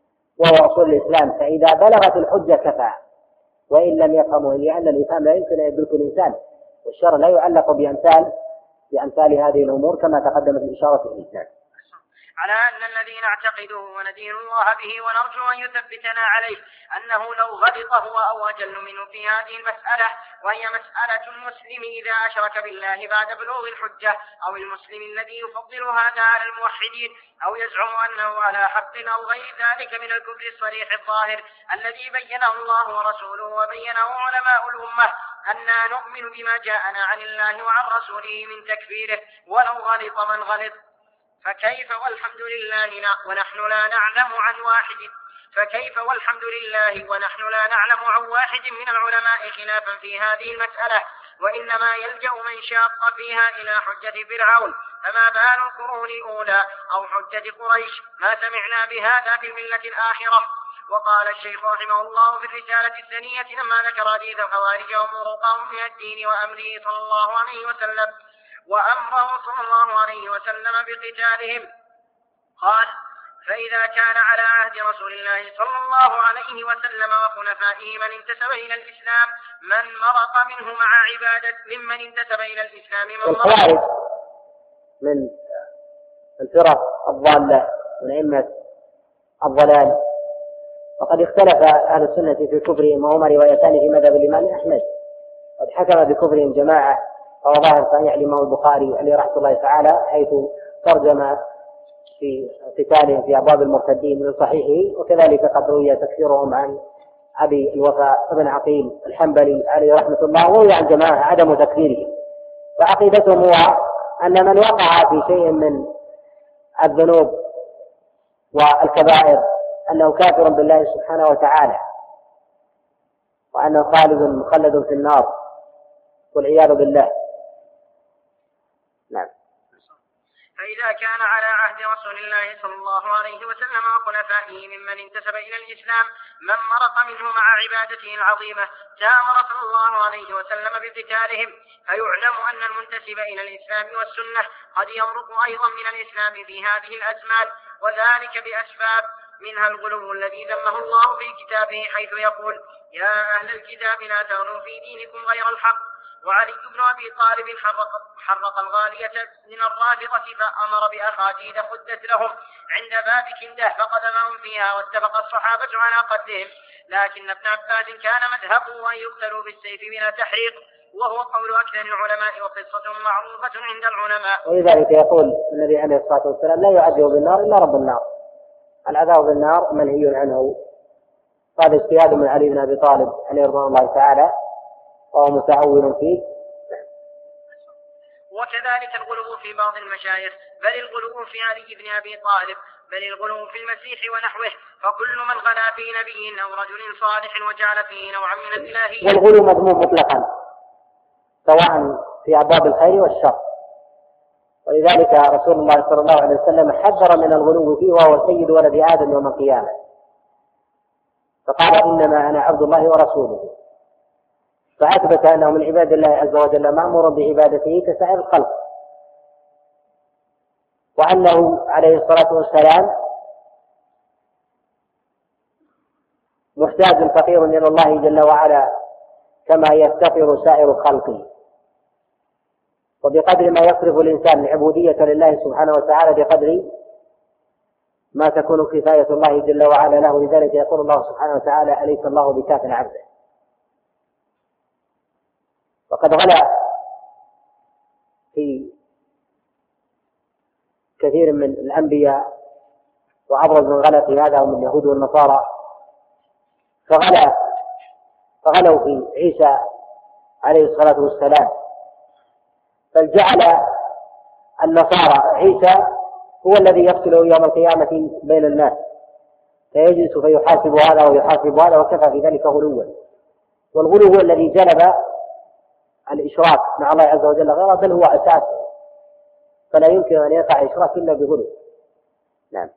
وهو أصول الإسلام فإذا بلغت الحجة كفى، وإن لم يفهموا، لأن الإنسان لا يمكن أن يدرك الإنسان، والشرع لا يعلق بأمثال بأمثال هذه الأمور كما تقدمت الإشارة في الإسلام. على أن الذين اعتقدوه وندين الله به ونرجو أن يثبتنا عليه أنه لو غلط هو أو أجل منه في هذه المسألة، وهي مسألة المسلم إذا أشرك بالله بعد بلوغ الحجة، أو المسلم الذي يفضل هذا على الموحدين، أو يزعم أنه على حق أو غير ذلك من الكفر الصريح الظاهر الذي بينه الله ورسوله وبينه علماء الأمة، أننا نؤمن بما جاءنا عن الله وعن رسوله من تكفيره ولو غلط من غلط. فكيف والحمد لله ونحن لا نعلم عن واحد فكيف والحمد لله ونحن لا نعلم عن واحد من العلماء خلافا في هذه المسألة، وإنما يلجأ من شاق فيها إلى حجة فرعون، فما بال القرون الأولى أو حجة قريش؟ ما سمعنا بهذا في الملة الآخرة. وقال الشيخ رحمه الله في الرسالة الثانية لما ذكر حديث الخوارج ومروقهم من الدين وأمره صلى الله عليه وسلم وأمره صلى الله عليه وسلم بقتالهم، قال: فإذا كان على عهد رسول الله صلى الله عليه وسلم وخلفائه من انتسب إلى الإسلام من مرق منه مع عبادة ممن انتسب إلى الإسلام من الخوارج من الفرق الضالة من أئمة الضلال، وقد اختلف أهل السنة في كفرهم، وهما روايتان في مذهب الإمام أحمد. قد حكم بكفرهم جماعة، وهو ظاهر صحيح الإمام البخاري عليه رحمة الله تعالى حيث ترجم في قتالهم في أبواب المرتدين من صحيحه، وكذلك قد روي تكفيرهم عن أبي الوفاء بن عقيل الحنبلي عليه رحمة الله، وهو عن جماعة عدم تكفيره. وعقيدتهم هو أن من وقع في شيء من الذنوب والكبائر أنه كافر بالله سبحانه وتعالى، وأنه خالد مخلد في النار والعياذ بالله. نعم. فإذا كان على عهد رسول الله صلى الله عليه وسلم وخلفائه ممن انتسب إلى الإسلام من مرق منه مع عبادته العظيمة تأمر صلى الله عليه وسلم بقتالهم، فيعلم أن المنتسب إلى الإسلام والسنة قد يمرق أيضا من الإسلام في هذه الأزمان، وذلك بأسباب، منها الغلو الذي ذمه الله في كتابه حيث يقول: يا أهل الكتاب لا تغلوا في دينكم غير الحق. وعلي بن أبي طالب حرق, حرق الغالية من الرافضة فأمر بأخاديد خدت لهم عند باب كنده فقدمهم فيها، واتفق الصحابة على قتلهم، لكن ابن عباس كان مذهبه أن يقتلوا بالسيف من التحريق، وهو قول أكثر العلماء وقصة معروفة عند العلماء. ولذلك يقول النبي عليه الصلاة والسلام: لا يعذب بالنار إلا رب النار. العذاب بالنار منهي عنه. هذا اجتهاد من علي بن أبي طالب عليه رضوان الله تعالى، وهو متعول فيه. وكذلك الغلو في بعض المشايخ، بل الغلو في علي بن أبي طالب، بل الغلو في المسيح ونحوه، فكل من غلا في نبي أو رجل صالح وجعل فيه نوعا من الإلهية. والغلو مذموم مطلقا، سواء في أبواب الخير والشر. ولذلك رسول الله صلى الله عليه وسلم حذر من الغلو فيه وهو سيد ولد آدم يوم القيامة، فقال إنما أنا عبد الله ورسوله، فأثبت أنه من عباد الله عز وجل مأمور بعبادته كسائر الخلق، وأنه عليه الصلاة والسلام محتاج فقير إلى الله جل وعلا كما يفتقر سائر خلقه. وبقدر ما يصرف الإنسان العبودية لله سبحانه وتعالى بقدر ما تكون كفاية الله جل وعلا له. لذلك يقول الله سبحانه وتعالى أليس الله بكاف عبده. وقد غلا في كثير من الأنبياء، وأبرز من غلا في هذا هم اليهود والنصارى، فغلا فغلوا في عيسى عليه الصلاة والسلام، بل جعل النصارى عيسى هو الذي يفصل يوم القيامة بين الناس، فيجلس فيحاسب هذا ويحاسب هذا، وكفى في ذلك غلوا. والغلو هو الذي جلب الإشراك مع الله عز وجل غيره، بل هو أساس، فلا يمكن أن يقع إشراك إلا بغلو. نعم.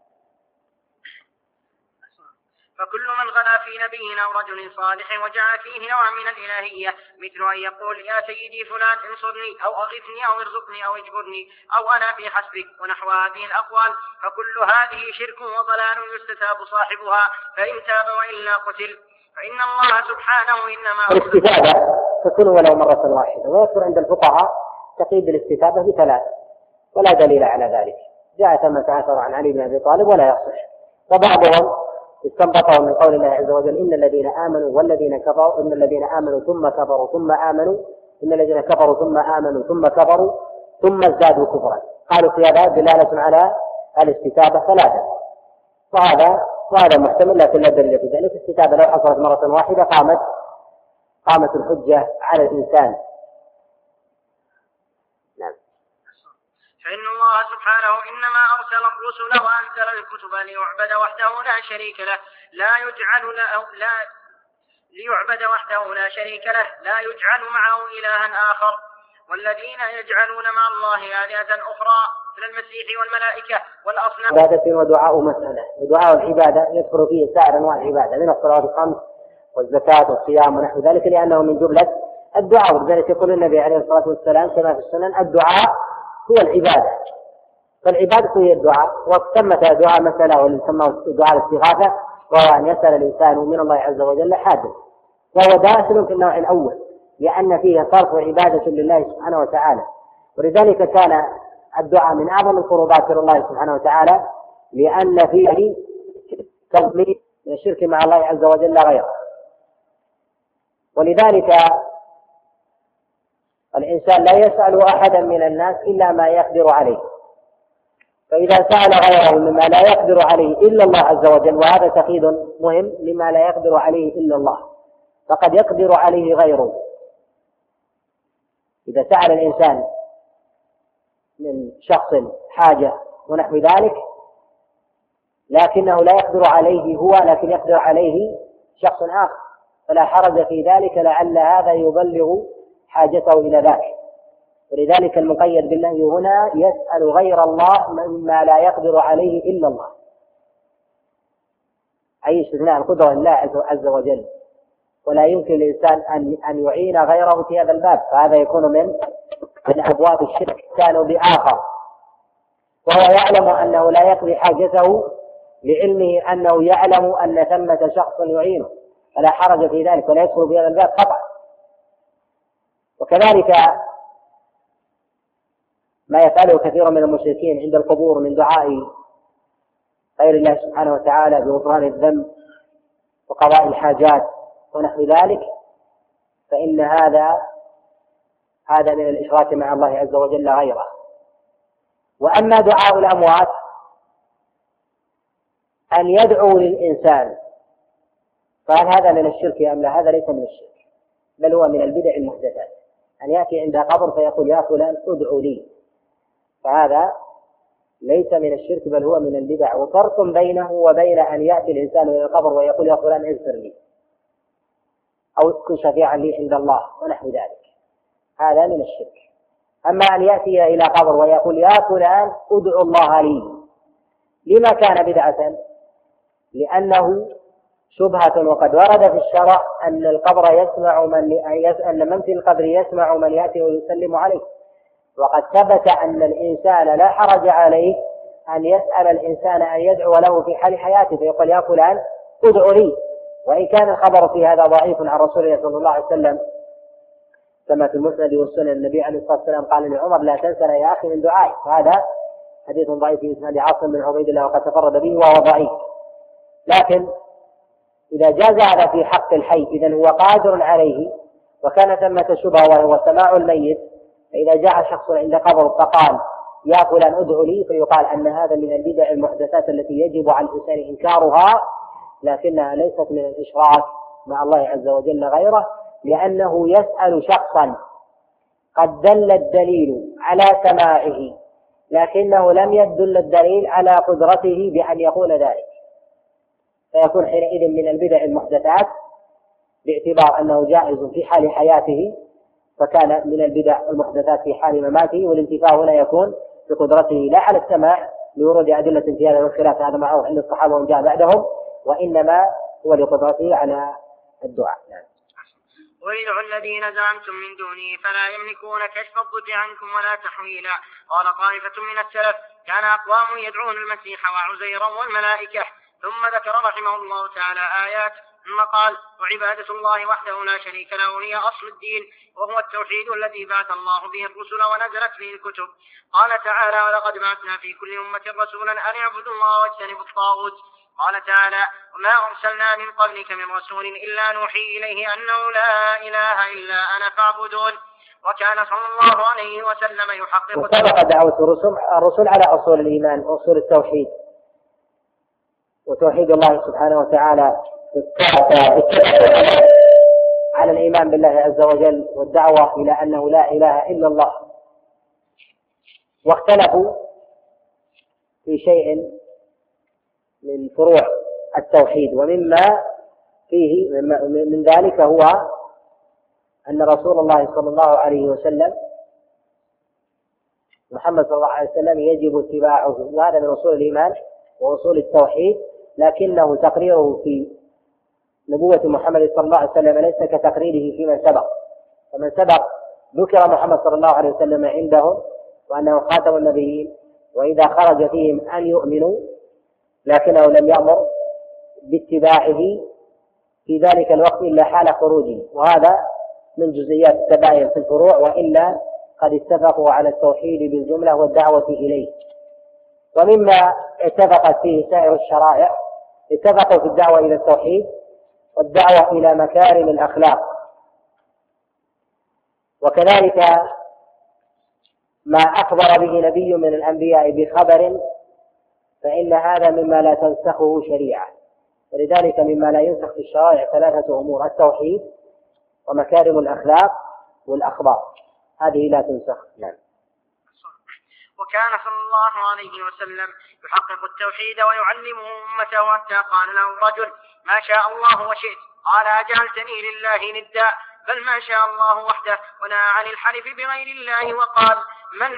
فكل من غلا في نبي أو رجل صالح وجعل فيه نوعا من الإلهية، مثل أن يقول يا سيدي فلان انصرني أو أغثني أو ارزقني أو اجبرني أو أنا في حسبك ونحو هذه الأقوال، فكل هذه شرك وضلال يستتاب صاحبها، فإن تاب وإلا قتل. فإن الله سبحانه إنما الاستتابة تكون ولو مرة واحدة، ويذكر عند الفقهاء تقييد الاستتابة بثلاث، ولا دليل على ذلك. جاء كما تأثر عن علي بن أبي طالب ولا يصح. وبعضهم استنبطه من قول الله عز وجل إن الذين آمنوا والذين كفروا إن الذين آمنوا ثم كفروا ثم آمنوا إن الذين كفروا ثم آمنوا ثم كفروا ثم ازدادوا كفرا، قالوا في هذا دلالة على الاستتابة ثلاثة، وهذا وهذا محتمل، لكن لا دليل في ذلك. الاستتابة لو حصلت مرة واحدة قامت قامت الحجة على الإنسان. نعم. فإن الله سبحانه إنما أرسل الرسل وأنزل الكتب ليعبد وحده لا شريك له لا يجعل له لا ليعبد وحده لا شريك له لا يجعل معه إلها آخر. والذين يجعلون مع الله آلهة أخرى مثل المسيح والملائكة والأصنام. عبادة ودعاء مسألة، ودعاء العبادة يدخل فيه سائر أنواع العبادة من الصلاة الخمس والزكاة والصيام ونحو ذلك، لأنه من جملة الدعاء. ولذلك يقول النبي عليه الصلاة والسلام كما في السنن الدعاء هو العبادة، فالعبادة هي الدعاء. وثمة دعاء مسألة واللي سماه دعاء الاستغاثة، وهو أن يسأل الإنسان من الله عز وجل حاجة، وهو داخل في النوع الأول لأن فيه صرف عبادة لله سبحانه وتعالى. ولذلك كان الدعاء من أعظم القربات إلى الله سبحانه وتعالى، لأن فيه تضمين من الشرك مع الله عز وجل غيره. ولذلك الإنسان لا يسأل أحدا من الناس إلا ما يقدر عليه، فإذا سأل غيره مما لا يقدر عليه إلا الله عز وجل، وهذا تقييد مهم لما لا يقدر عليه إلا الله، فقد يقدر عليه غيره. إذا سأل الإنسان من شخص حاجة ونحو ذلك لكنه لا يقدر عليه هو، لكن يقدر عليه شخص آخر، فلا حرج في ذلك، لعل هذا يبلغ حاجته إلى ذاك. ولذلك المقيد بالنهي هنا يسأل غير الله مما لا يقدر عليه إلا الله، أي استثناء القدرة لله عز وجل، ولا يمكن للإنسان أن أن يعين غيره في هذا الباب، فهذا يكون من من أبواب الشرك كانوا بآخر، وهو يعلم أنه لا يقضي حاجته لعلمه أنه يعلم أن ثمة شخص يعينه، فلا حرج في ذلك ولا يدخل في هذا الباب قطعا. وكذلك ما يفعله كثير من المشركين عند القبور من دعاء غير الله سبحانه وتعالى بغفران الذنب وقضاء الحاجات ونحو ذلك، فإن هذا هذا من الإشراك مع الله عز وجل غيره. وأما دعاء الأموات أن يدعو للإنسان، فهل هذا من الشرك أم لا؟ هذا ليس من الشرك، بل هو من البدع المحدثات، أن يأتي عند قبر فيقول يا فلان ادعو لي، فهذا ليس من الشرك بل هو من البدع. وفرق بينه وبين أن يأتي الإنسان إلى القبر ويقول يا فلان اغفر لي أو كن شفيعا لي عند الله ونحو ذلك، هذا من الشرك. أما أن يأتي إلى قبر ويقول يا فلان ادعو الله لي، لما كان بدعة؟ لأنه شبهة، وقد ورد في الشرع أن القبر يسمع من أن من في القبر يسمع من يأتي ويسلم عليه، وقد ثبت أن الإنسان لا حرج عليه أن يسأل الإنسان أن يدعو له في حال حياته، فيقول يا فلان ادعو لي، وإن كان الخبر في هذا ضعيف عن رسول الله صلى الله عليه وسلم كما في المسند والسنن. النبي عليه الصلاة والسلام قال لعمر لا تنسنا يا أخي من دعائي، فهذا حديث ضعيف في إسناد عاصم بن عبيد الله وقد تفرد به وهو ضعيف. لكن إذا جاز هذا في حق الحي إذن هو قادر عليه وكان ثمة شبهة وهو سماع الميت، فإذا جاء شخص عند قبر فقال يا فلان ادعو لي، فيقال أن هذا من البدع المحدثات التي يجب على الإنسان إنكارها، لكنها ليست من الإشراك مع الله عز وجل غيره، لأنه يسأل شخصا قد دل الدليل على سماعه لكنه لم يدل الدليل على قدرته بأن يقول ذلك، فيكون حينئذ من البدع المحدثات باعتبار أنه جائز في حال حياته، فكان من البدع المحدثات في حال مماته، والانتفاع هنا يكون بقدرته لا على السماع لورود أدلة في هذا والخلاف هذا معروف عند الصحابة ومن جاء بعدهم، وإنما هو لقدرته على الدعاء. نعم. وادعوا الذين زعمتم من دونه فلا يملكون كشف الضر عنكم ولا تحويلا. قال طائفة من السلف كان أقوام يدعون المسيح وعزيرا والملائكة، ثم ذكر رحمه الله تعالى آيات، ثم قال وعبادة الله وحده لا شريك له هي أصل الدين، وهو التوحيد الذي بعث الله به الرسل ونزلت به الكتب. قال تعالى ولقد بعثنا في كل أمة رسولا أن اعبدوا الله واجتنبوا الطاغوت. قال تعالى وما أرسلنا من قبلك من رسول إلا نوحي إليه أنه لا إله إلا أنا فاعبدون. وكان صلى الله عليه وسلم يحقق وسبق دعوة الرسل الرسل على أصول الإيمان وأصول التوحيد، وتوحيد الله سبحانه وتعالى على الإيمان بالله عز وجل والدعوة إلى أنه لا إله إلا الله. واختلفوا في شيء من فروع التوحيد، ومما فيه من ذلك هو أن رسول الله صلى الله عليه وسلم محمد صلى الله عليه وسلم يجب اتباعه، وهذا من أصول الإيمان وأصول التوحيد، لكنه تقريره في نبوة محمد صلى الله عليه وسلم ليس كتقريره في من سبق. فمن سبق ذكر محمد صلى الله عليه وسلم عندهم وأنه خاتم النبيين، وإذا خرج فيهم أن يؤمنوا، لكنه لم يأمر باتباعه في ذلك الوقت إلا حال خروجه، وهذا من جزئيات التباين في الفروع، وإلا قد اتفقوا على التوحيد بالجملة والدعوة إليه. ومما اتفقت فيه سائر الشرائع اتفقوا في الدعوة إلى التوحيد والدعوة إلى مكارم الأخلاق. وكذلك ما أخبر به نبي من الأنبياء بخبر فإن هذا مما لا تنسخه شريعة، ولذلك مما لا ينسخ في الشرائع ثلاثة أمور: التوحيد ومكارم الأخلاق والأخبار، هذه لا تنسخ. نعم. وكان صلى الله عليه وسلم يحقق التوحيد ويعلمه أمته، حتى قال له رجل ما شاء الله وشئت، قال أجعلتني لله ندا، بل ما شاء الله وحده، ونهى عن الحلف بغير الله، وقال من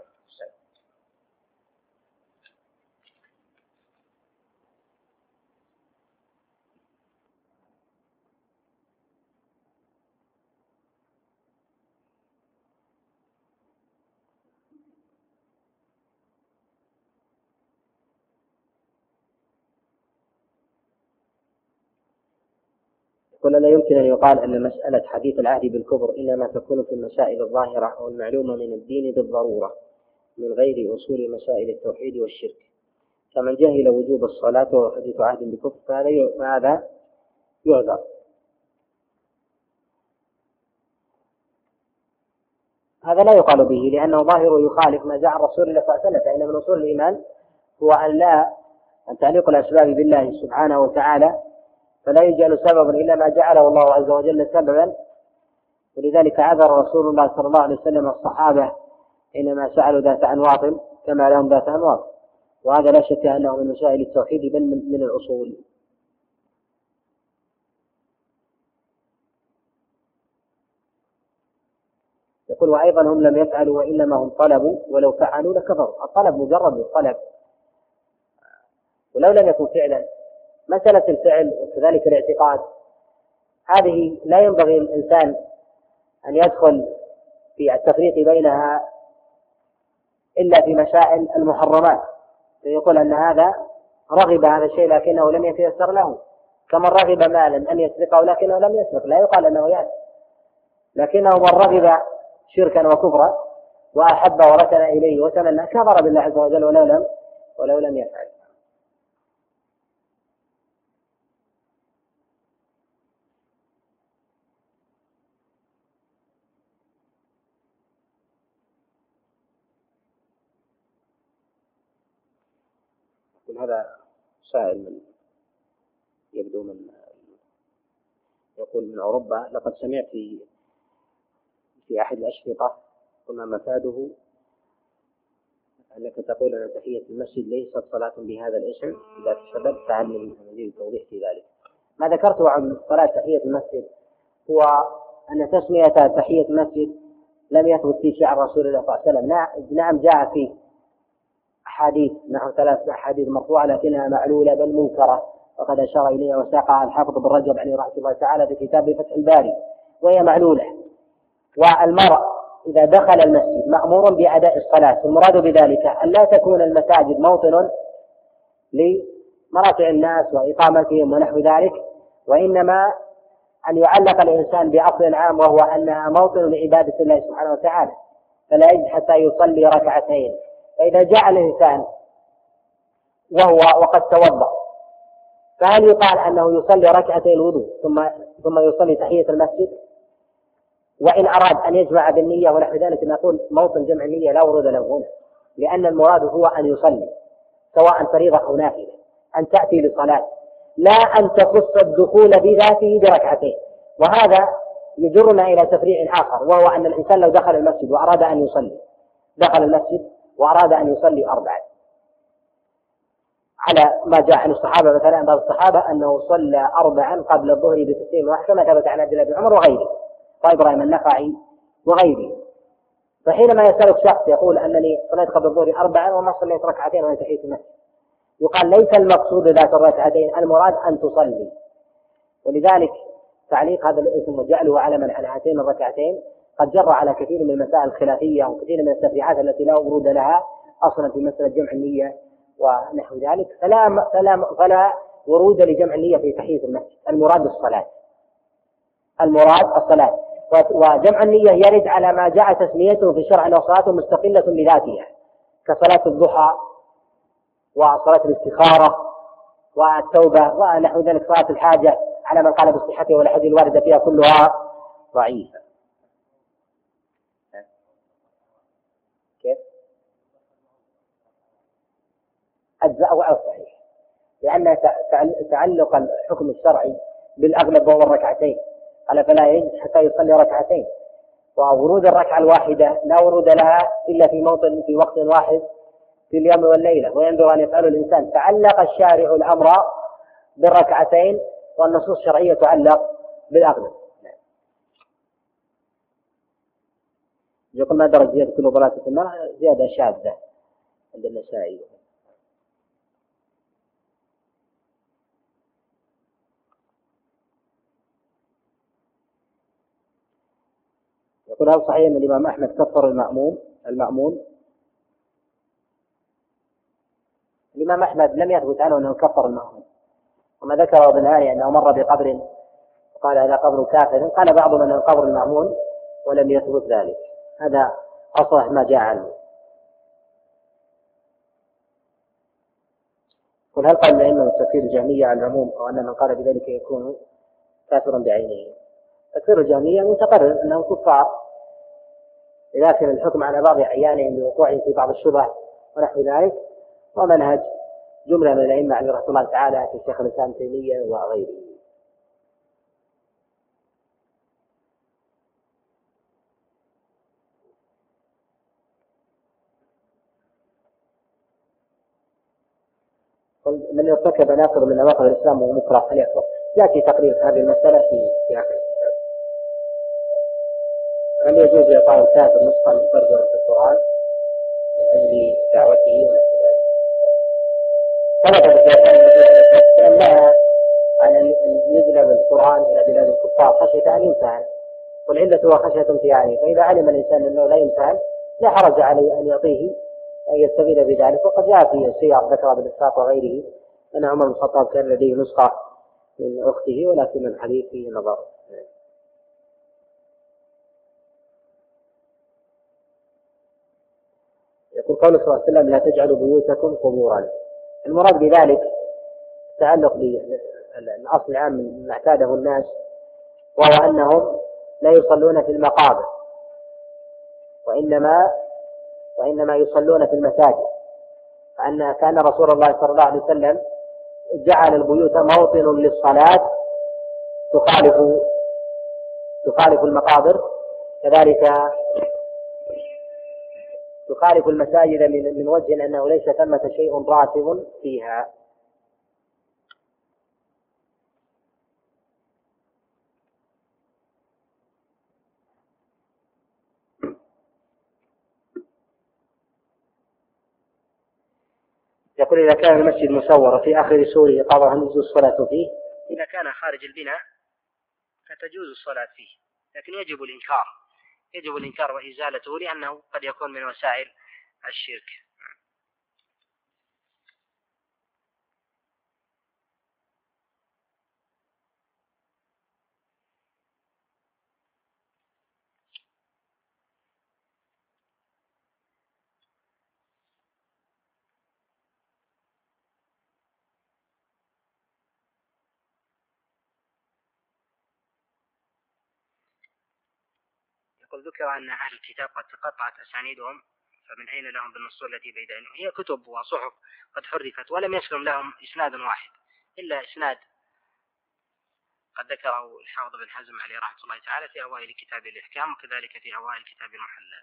قلنا لا يمكن أن يقال أن مسألة حديث العهد بالكفر إنما تكون في المسائل الظاهرة والمعلومة من الدين بالضرورة من غير أصول مسائل التوحيد والشرك. فمن جهل وجوب الصلاة وهو حديث عهد بالكفر فهذا يعذر. هذا لا يقال به لأنه ظاهر يخالف ما جاء الرسول الله صلى الله عليه وسلم، فإن من أصول الإيمان هو أن لا أن تعليق الأسباب بالله سبحانه وتعالى، فلا يجعل سببا إلا ما جعله الله عز وجل سببا. ولذلك عذر رسول الله صلى الله عليه وسلم الصحابة حينما سألوا ذات أنواط كما لهم ذات أنواط، وهذا لا شك أنه من مسائل التوحيد بل من الأصول. يقول وأيضا هم لم يفعلوا وإنما هم طلبوا ولو فعلوا لكفروا. الطلب مجرد الطلب ولو لم يكن فعلا. مسألة الفعل وكذلك الاعتقاد هذه لا ينبغي الإنسان أن يدخل في التفريق بينها إلا في مسائل المحرمات، فيقول أن هذا رغب هذا الشيء لكنه لم يتيسر له، كمن رغب مالا أن يسرقه لكنه لم يسرق، لا يقال أنه يأس، لكنه من رغب شركا وكفرا وأحب وركن إليه وتمنى كفر بالله عز وجل ولو لم ولو لم يفعل. هذا سائل من يبدو من يقول من أوروبا: لقد سمعت في في أحد الأشرطة قلنا مفاده أنك تقول أن تحية المسجد ليست صلاة بهذا الاسم، إذا تسبب فهل من مزيد توضيح في ذلك؟ ما ذكرته عن صلاة تحية المسجد هو أن تسمية تحية المسجد لم يثبت في شعر رسول الله صلى الله عليه وسلم. نعم جاء فيه أحاديث نحو ثلاث أحاديث مرفوعة لكنها معلولة بل منكرة، وقد أشار إليها وساقها الحافظ بن رجب عليه رحمة الله تعالى في كتاب فتح الباري، وهي معلولة. والمرء إذا دخل المسجد مأمور بأداء الصلاة، المراد بذلك أن لا تكون المساجد موطن لمراتع الناس وإقامتهم ونحو ذلك، وإنما أن يعلق الإنسان بأصل عام وهو أنها موطن لعبادة الله سبحانه وتعالى، فلا يجب حتى يصلي ركعتين. فإذا جاء الإنسان وهو وقد توضأ فهل يقال أنه يصلي ركعتي الوضوء ثم ثم يصلي تحية المسجد؟ وإن أراد أن يجمع بالنية ونحو ذلك نقول موطن جمع النية لا ورود له هنا، لأن المراد هو أن يصلي سواء فريضة أو نافلة، أن تأتي لصلاة، لا أن تخص الدخول بذاته بركعتين. وهذا يجرنا إلى تفريع آخر، وهو أن الإنسان لو دخل المسجد وأراد أن يصلي دخل المسجد وأراد أن يصلي أربعا، على ما جاء عن الصحابة مثلا بعض الصحابة أنه صلى أربعا قبل الظهر بتسليم واحد كما ثبت عن عبد الله بن عمر وغيره وإبراهيم النخعي وغيره. فحينما يسألك شخص يقول أنني صليت قبل الظهر أربعا وما صليت ركعتين وأنا تحية المسجد، يقال ليس المقصود ذات الركعتين، المراد أن تصلي. ولذلك تعليق هذا الاسم وجعله علما على هاتين الركعتين قد جر على كثير من المسائل الخلافية وكثير من التفريعات التي لا ورود لها أصلا في مسألة جمع النية ونحو ذلك، فلا, فلا, فلا ورود لجمع النية في تحية المسجد، المراد الصلاة، المراد الصلاة. وجمع النية يرد على ما جاء تسميته في الشرع أنه صلاة مستقلة بذاتها كصلاة الضحى وصلاة الاستخارة والتوبة ونحو ذلك، صلاة الحاجة على من قال بصحته والحديث الواردة فيها كلها ضعيفة. كيف؟ أجزاء أو صحيح، لأن تعلق الحكم الشرعي بالأغلب وهو الركعتين، قال فلا يجب حتى يصلي ركعتين، وورود الركعة الواحدة لا ورود لها إلا في موطن في وقت واحد في اليوم والليلة، وينظر أن يفعل الإنسان. تعلق الشارع الأمر بالركعتين والنصوص الشرعية تعلق بالأغلب. يقول ما درجة زيادة كل ضلالة في النار؟ زيادة شاذة عند النسائي. يقول هل صحيح أن الإمام أحمد كفر المأموم المأمون؟ الإمام أحمد لم يثبت عنه أنه كفر المأمون، وما ذكر ابن هاني أنه مر بقبر وقال هذا قبر كافر، قال بعضهم أنه قبر المأمون ولم يثبت ذلك، هذا أصح ما جاء عنه. قل هل قال الأئمة تكفير الجهمية على العموم أو أن من قال بذلك يكون كافرا بعينه؟ تكفير الجهمية متقرر أنهم كفار، لكن الحكم على بعض أعيانهم لوقوعهم في بعض الشبه ونحو ذلك، ومنهج جملة من الأئمة عليه رحمة الله تعالى في شيخ الإسلام ابن تيمية وغيره. من ارتكب ناقض من نواقض الإسلام وهو مكره فليكفر. يأتي تقرير هذه المسألة في في آخر هل يجوز إعطاء الكافر نسخة من ترجمة القرآن من أجل دعوته ونحو ذلك؟ ثبت بأن لها أن يجلب القرآن إلى بلاد الكفار خشية أن يمتهن، والعلة هو خشية امتهانه، فإذا علم الإنسان أنه لا يمتهن لا حرج عليه أن يعطيه أن يستفيد بذلك. وقد جاء في سياق ذكر ابن إسحاق وغيره أن عمر بن الخطاب كان لديه نسخة من أخته، ولكن الحديث فيه نظر. يقول قوله صلى الله عليه وسلم لا تجعلوا بيوتكم قبورا، المراد بذلك التعلق بالأصل العام من اعتاده الناس، وهو أنهم لا يصلون في المقابر وإنما وإنما يصلون في المساجد، فأن كان رسول الله صلى الله عليه وسلم جعل البيوت موطن للصلاة تخالف تخالف المقابر، كذلك تخالف المساجد من وجه أنه ليس ثمة شيء راتب فيها. يقول إذا كان المسجد مصور في آخر سوره قضى هل يجوز الصلاة فيه؟ إذا كان خارج البناء فتجوز الصلاة فيه، لكن يجب الإنكار يجب الإنكار وإزالته، لأنه قد يكون من وسائل الشرك. يقول ذكر أن أهل الكتاب قد تقطعت أسانيدهم، فمن أين لهم بالنصوص التي بيدهم؟ هي كتب وصحف قد حرفت ولم يسلم لهم إسناد واحد إلا إسناد قد ذكره الحافظ بن حزم عليه رحمة الله تعالى في أوائل كتاب الإحكام، وكذلك في أوائل كتاب المحلى.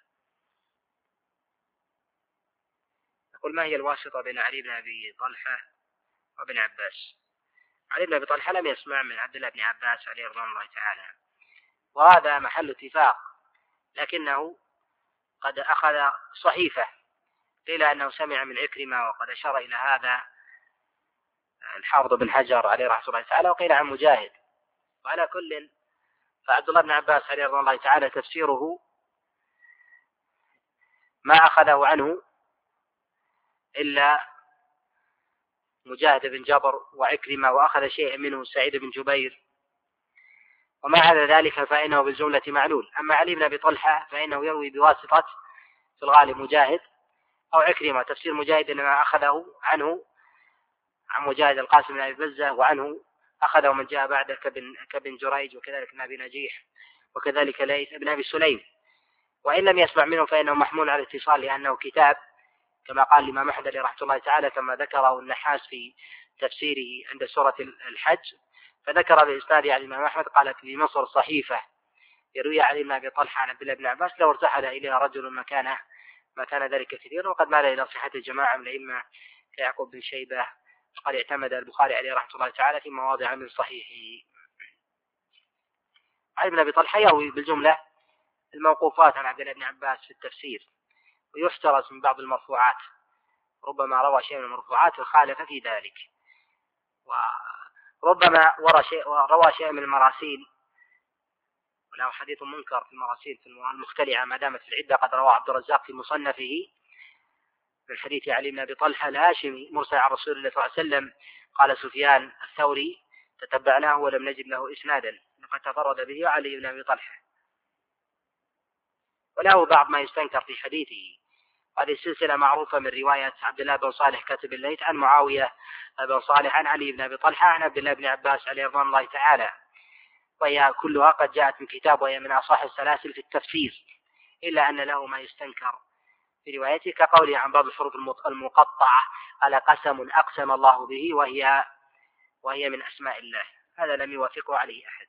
يقول ما هي الواسطة بين علي بن أبي طلحة وابن عباس؟ علي بن أبي طلحة لم يسمع من عبد الله بن عباس عليه رضوان الله تعالى، وهذا محل اتفاق، لكنه قد أخذ صحيفة، قيل أنه سمع من عكرمة وقد أشار إلى هذا الحافظ بن حجر عليه رحمة الله تعالى، وقيل عن مجاهد. وعلى كل فعبد الله بن عباس عليه رضوان الله تعالى تفسيره ما أخذه عنه إلا مجاهد بن جبر وعكرمة، وأخذ شيء منه سعيد بن جبير، وما على ذلك فإنه بالجملة معلول. أما علي بن أبي طلحة فإنه يروي بواسطة في الغالب مجاهد أو عكرمة. تفسير مجاهد إنما أخذه عنه عن مجاهد القاسم بن أبي بزة، وعنه أخذه من جاء بعد كابن, كابن جريج، وكذلك ابن أبي نجيح، وكذلك ليث ابن أبي سليم. وإن لم يسمع منه فإنه محمول على الاتصال، لأنه كتاب كما قال الإمام أحمد رحمه الله تعالى، كما ذكره النحاس في تفسيره عند سورة الحج، فذكر بإسناد عن الإمام أحمد قال في مصر صحيفة يروي علي بن أبي طلحة عن عبد الله بن عباس لو ارتحل إليها رجل مكانه ما كان ذلك كثيرا. وقد مال إلى صحة الجماعة من الأئمة كيعقوب بن شيبة، قد اعتمد البخاري عليه رحمه الله تعالى في مواضع من صحيحه. علي بن أبي طلحة يروي بالجملة الموقوفات عن عبد الله بن عباس في التفسير، ويحترز من بعض المرفوعات، ربما روى شيء من المرفوعات وخالف في ذلك، وربما روى شيء من المراسيل وله حديث منكر في المراسيل في المختلعة ما دامت في العدة. قد روى عبد الرزاق في مصنفه من حديث علي بن أبي طلحة الهاشمي مرسل عن رسول الله صلى الله عليه وسلم، قال سفيان الثوري تتبعناه ولم نجد له إسنادا، لقد تفرد به علي بن أبي طلحة، وله بعض ما يستنكر في حديثه. هذه السلسلة معروفة من رواية عبد الله بن صالح كاتب الليث عن معاوية بن صالح عن علي بن أبي طلحة عن عبد الله بن عباس عليه رضوان الله تعالى، وهي كلها قد جاءت من كتاب، وهي من أصح السلاسل في التفسير، إلا أن له ما يستنكر في روايته، كقوله عن بعض الحروف المقطعة قال قسم أقسم الله به وهي وهي من أسماء الله، هذا لم يوافقه عليه أحد.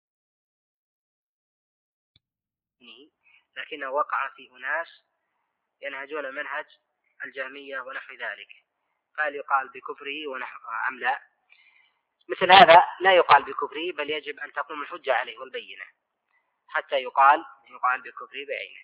لكنه وقع في أناس ينهجون منهج الجهمية ونحو ذلك، فهل يقال بكفره ونحو أم لا؟ مثل هذا لا يقال بكفره، بل يجب أن تقوم الحجة عليه والبينة حتى يقال يقال بكفره بعينه.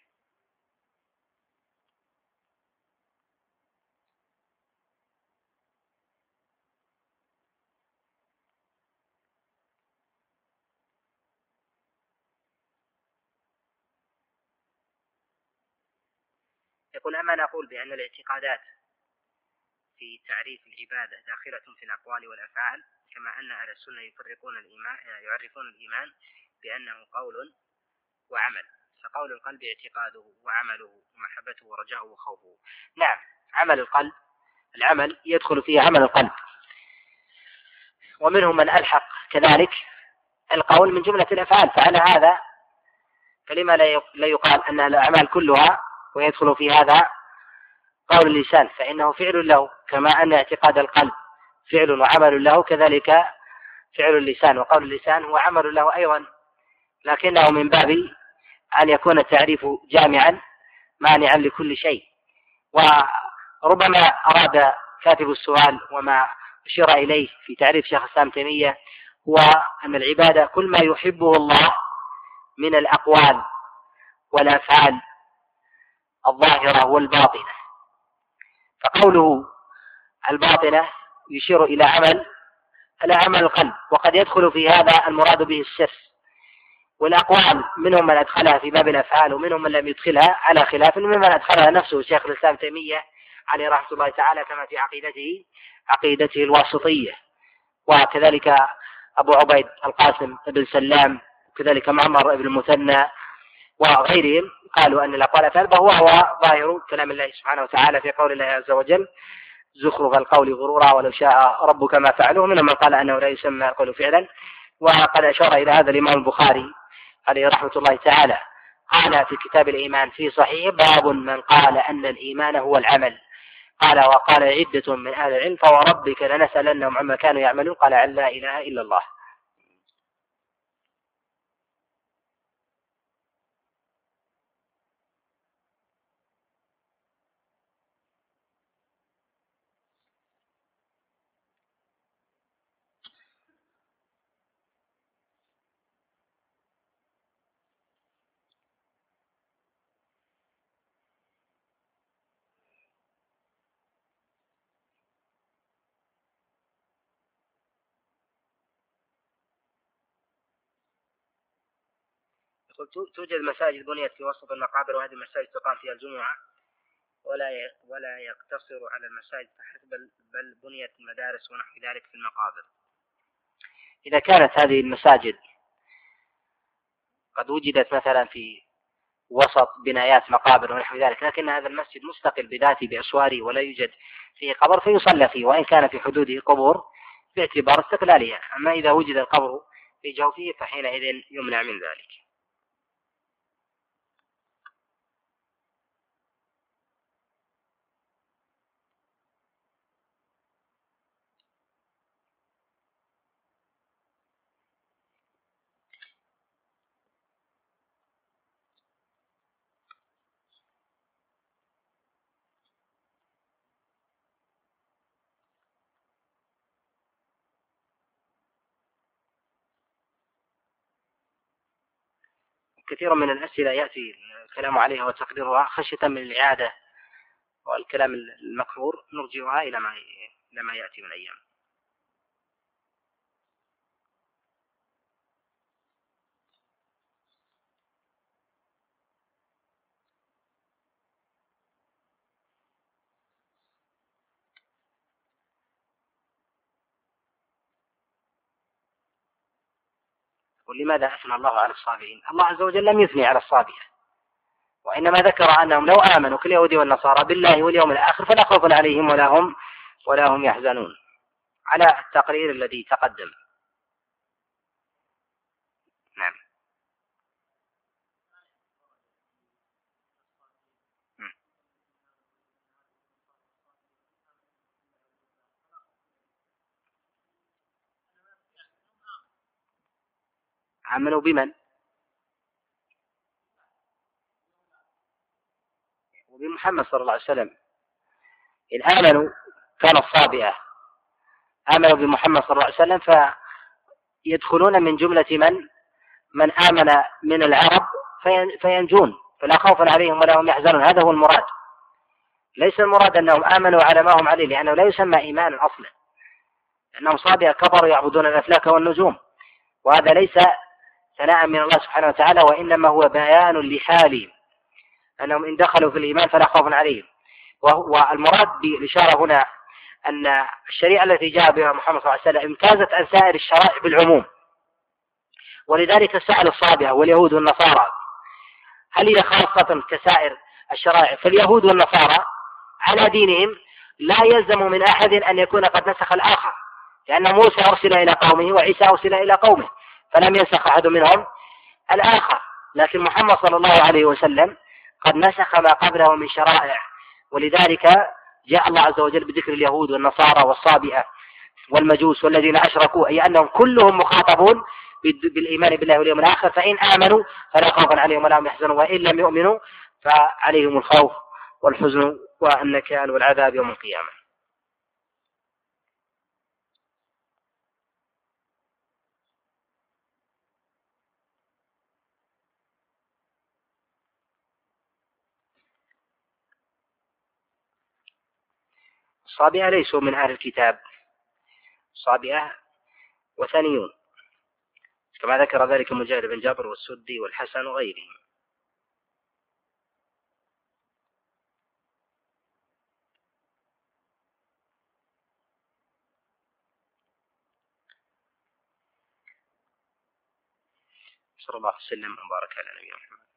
يقول: أما نقول بأن الاعتقادات في تعريف العبادة داخلة في الأقوال والأفعال، كما أن أهل السنة يفرقون الإيمان يعرفون الإيمان بأنه قول وعمل، فقول القلب اعتقاده وعمله ومحبته ورجاؤه وخوفه. نعم، عمل القلب العمل يدخل فيه عمل القلب، ومنهم من ألحق كذلك القول من جملة الأفعال، فعلى هذا فلما لا يقال أن الأعمال كلها ويدخل في هذا قول اللسان، فإنه فعل له، كما أن اعتقاد القلب فعل وعمل له، كذلك فعل اللسان وقول اللسان هو عمل له أيضا، لكنه من باب أن يكون التعريف جامعا مانعا لكل شيء. وربما أراد كاتب السؤال وما أشير إليه في تعريف شيخ الإسلام تيمية هو أن العبادة كل ما يحبه الله من الأقوال والأفعال الظاهرة والباطنة، فقوله الباطنة يشير إلى عمل إلى عمل القلب، وقد يدخل في هذا المراد به السر، والأقوال منهم من أدخلها في باب الأفعال ومنهم من لم يدخلها على خلاف، ومن من أدخلها نفسه شيخ الإسلام تيمية عليه رحمة الله تعالى، كما في عقيدته عقيدته الواسطية، وكذلك أبو عبيد القاسم بن سلام، وكذلك معمر بن المثنى وغيرهم، قالوا أن الأقوال أفعال، وهو هو ظاهر كلام الله سبحانه وتعالى في قول الله عز وجل: زخرف القول غرورا ولو شاء ربك ما فعلوه. منهم من قال أنه لا يسمى القول فعلا، وقد أشار إلى هذا الإمام البخاري عليه رحمة الله تعالى، قال في كتاب الإيمان في صحيح: باب من قال أن الإيمان هو العمل. قال: وقال عدة من أهل العلم: فوربك لنسألنهم عما كانوا يعملون. قال: عن لا إله إلا الله. توجد مساجد بنيت في وسط المقابر، وهذه المساجد تقام فيها الجمعة، ولا ولا يقتصر على المساجد فحسب، بل بنيت المدارس ونحو ذلك في المقابر. إذا كانت هذه المساجد قد وجدت مثلا في وسط بنايات مقابر ونحو ذلك، لكن هذا المسجد مستقل بذاته بأسواره ولا يوجد فيه قبر، فيصلى فيه وإن كان في حدوده قبور باعتبار استقلالها. أما إذا وجد القبر في جوفه فحينئذ يمنع من ذلك. كثير من الأسئلة يأتي الكلام عليها وتقريرها خشية من الإعادة والكلام المكرور، نرجعها إلى ما إلى ما يأتي من أيام. ولماذا أثنى الله على الصابرين؟ الله عز وجل لم يثني على الصابر، وإنما ذكر أنهم لو آمنوا كاليهود والنصارى بالله واليوم الآخر فلا خوف عليهم ولا هم ولا هم يحزنون، على التقرير الذي تقدم. نعم. آمنوا بمن؟ وبمحمد صلى الله عليه وسلم إن آمنوا كان الصابئة آمنوا بمحمد صلى الله عليه وسلم فيدخلون من جملة من من آمن من العرب فينجون فلا خوف عليهم ولا هم يحزنون. هذا هو المراد، ليس المراد أنهم آمنوا على ما هم عليه، لأنه لا يسمى إيمانا أصلا، أنهم صابئة كفروا يعبدون الأفلاك والنجوم، وهذا ليس ثناء من الله سبحانه وتعالى، وإنما هو بيان لحالهم أنهم إن دخلوا في الإيمان فلا خوف عليهم. والمراد بالإشارة هنا أن الشريعة التي جاء بها محمد صلى الله عليه وسلم امتازت عن سائر الشرائع بالعموم، ولذلك سأل الصابئة واليهود والنصارى هل هي خاصة كسائر الشرائع؟ فاليهود والنصارى على دينهم لا يلزم من أحد أن يكون قد نسخ الآخر، لأن موسى أرسل إلى قومه وعيسى أرسل إلى قومه فلم ينسخ أحد منهم الآخر، لكن محمد صلى الله عليه وسلم قد نسخ ما قبله من شرائع، ولذلك جاء الله عز وجل بذكر اليهود والنصارى والصابئة والمجوس والذين أشركوا، أي أنهم كلهم مخاطبون بالإيمان بالله واليوم الآخر، فإن آمنوا فلا خوف عليهم ولا هم يحزنون، وإن لم يؤمنوا فعليهم الخوف والحزن والنكال والعذاب يوم القيامة. الصابئة ليسوا من أهل الكتاب، الصابئة وثنيون كما ذكر ذلك مجاهد بن جابر والسدي والحسن وغيرهم. صلى الله عليه وسلم وبارك على نبينا محمد.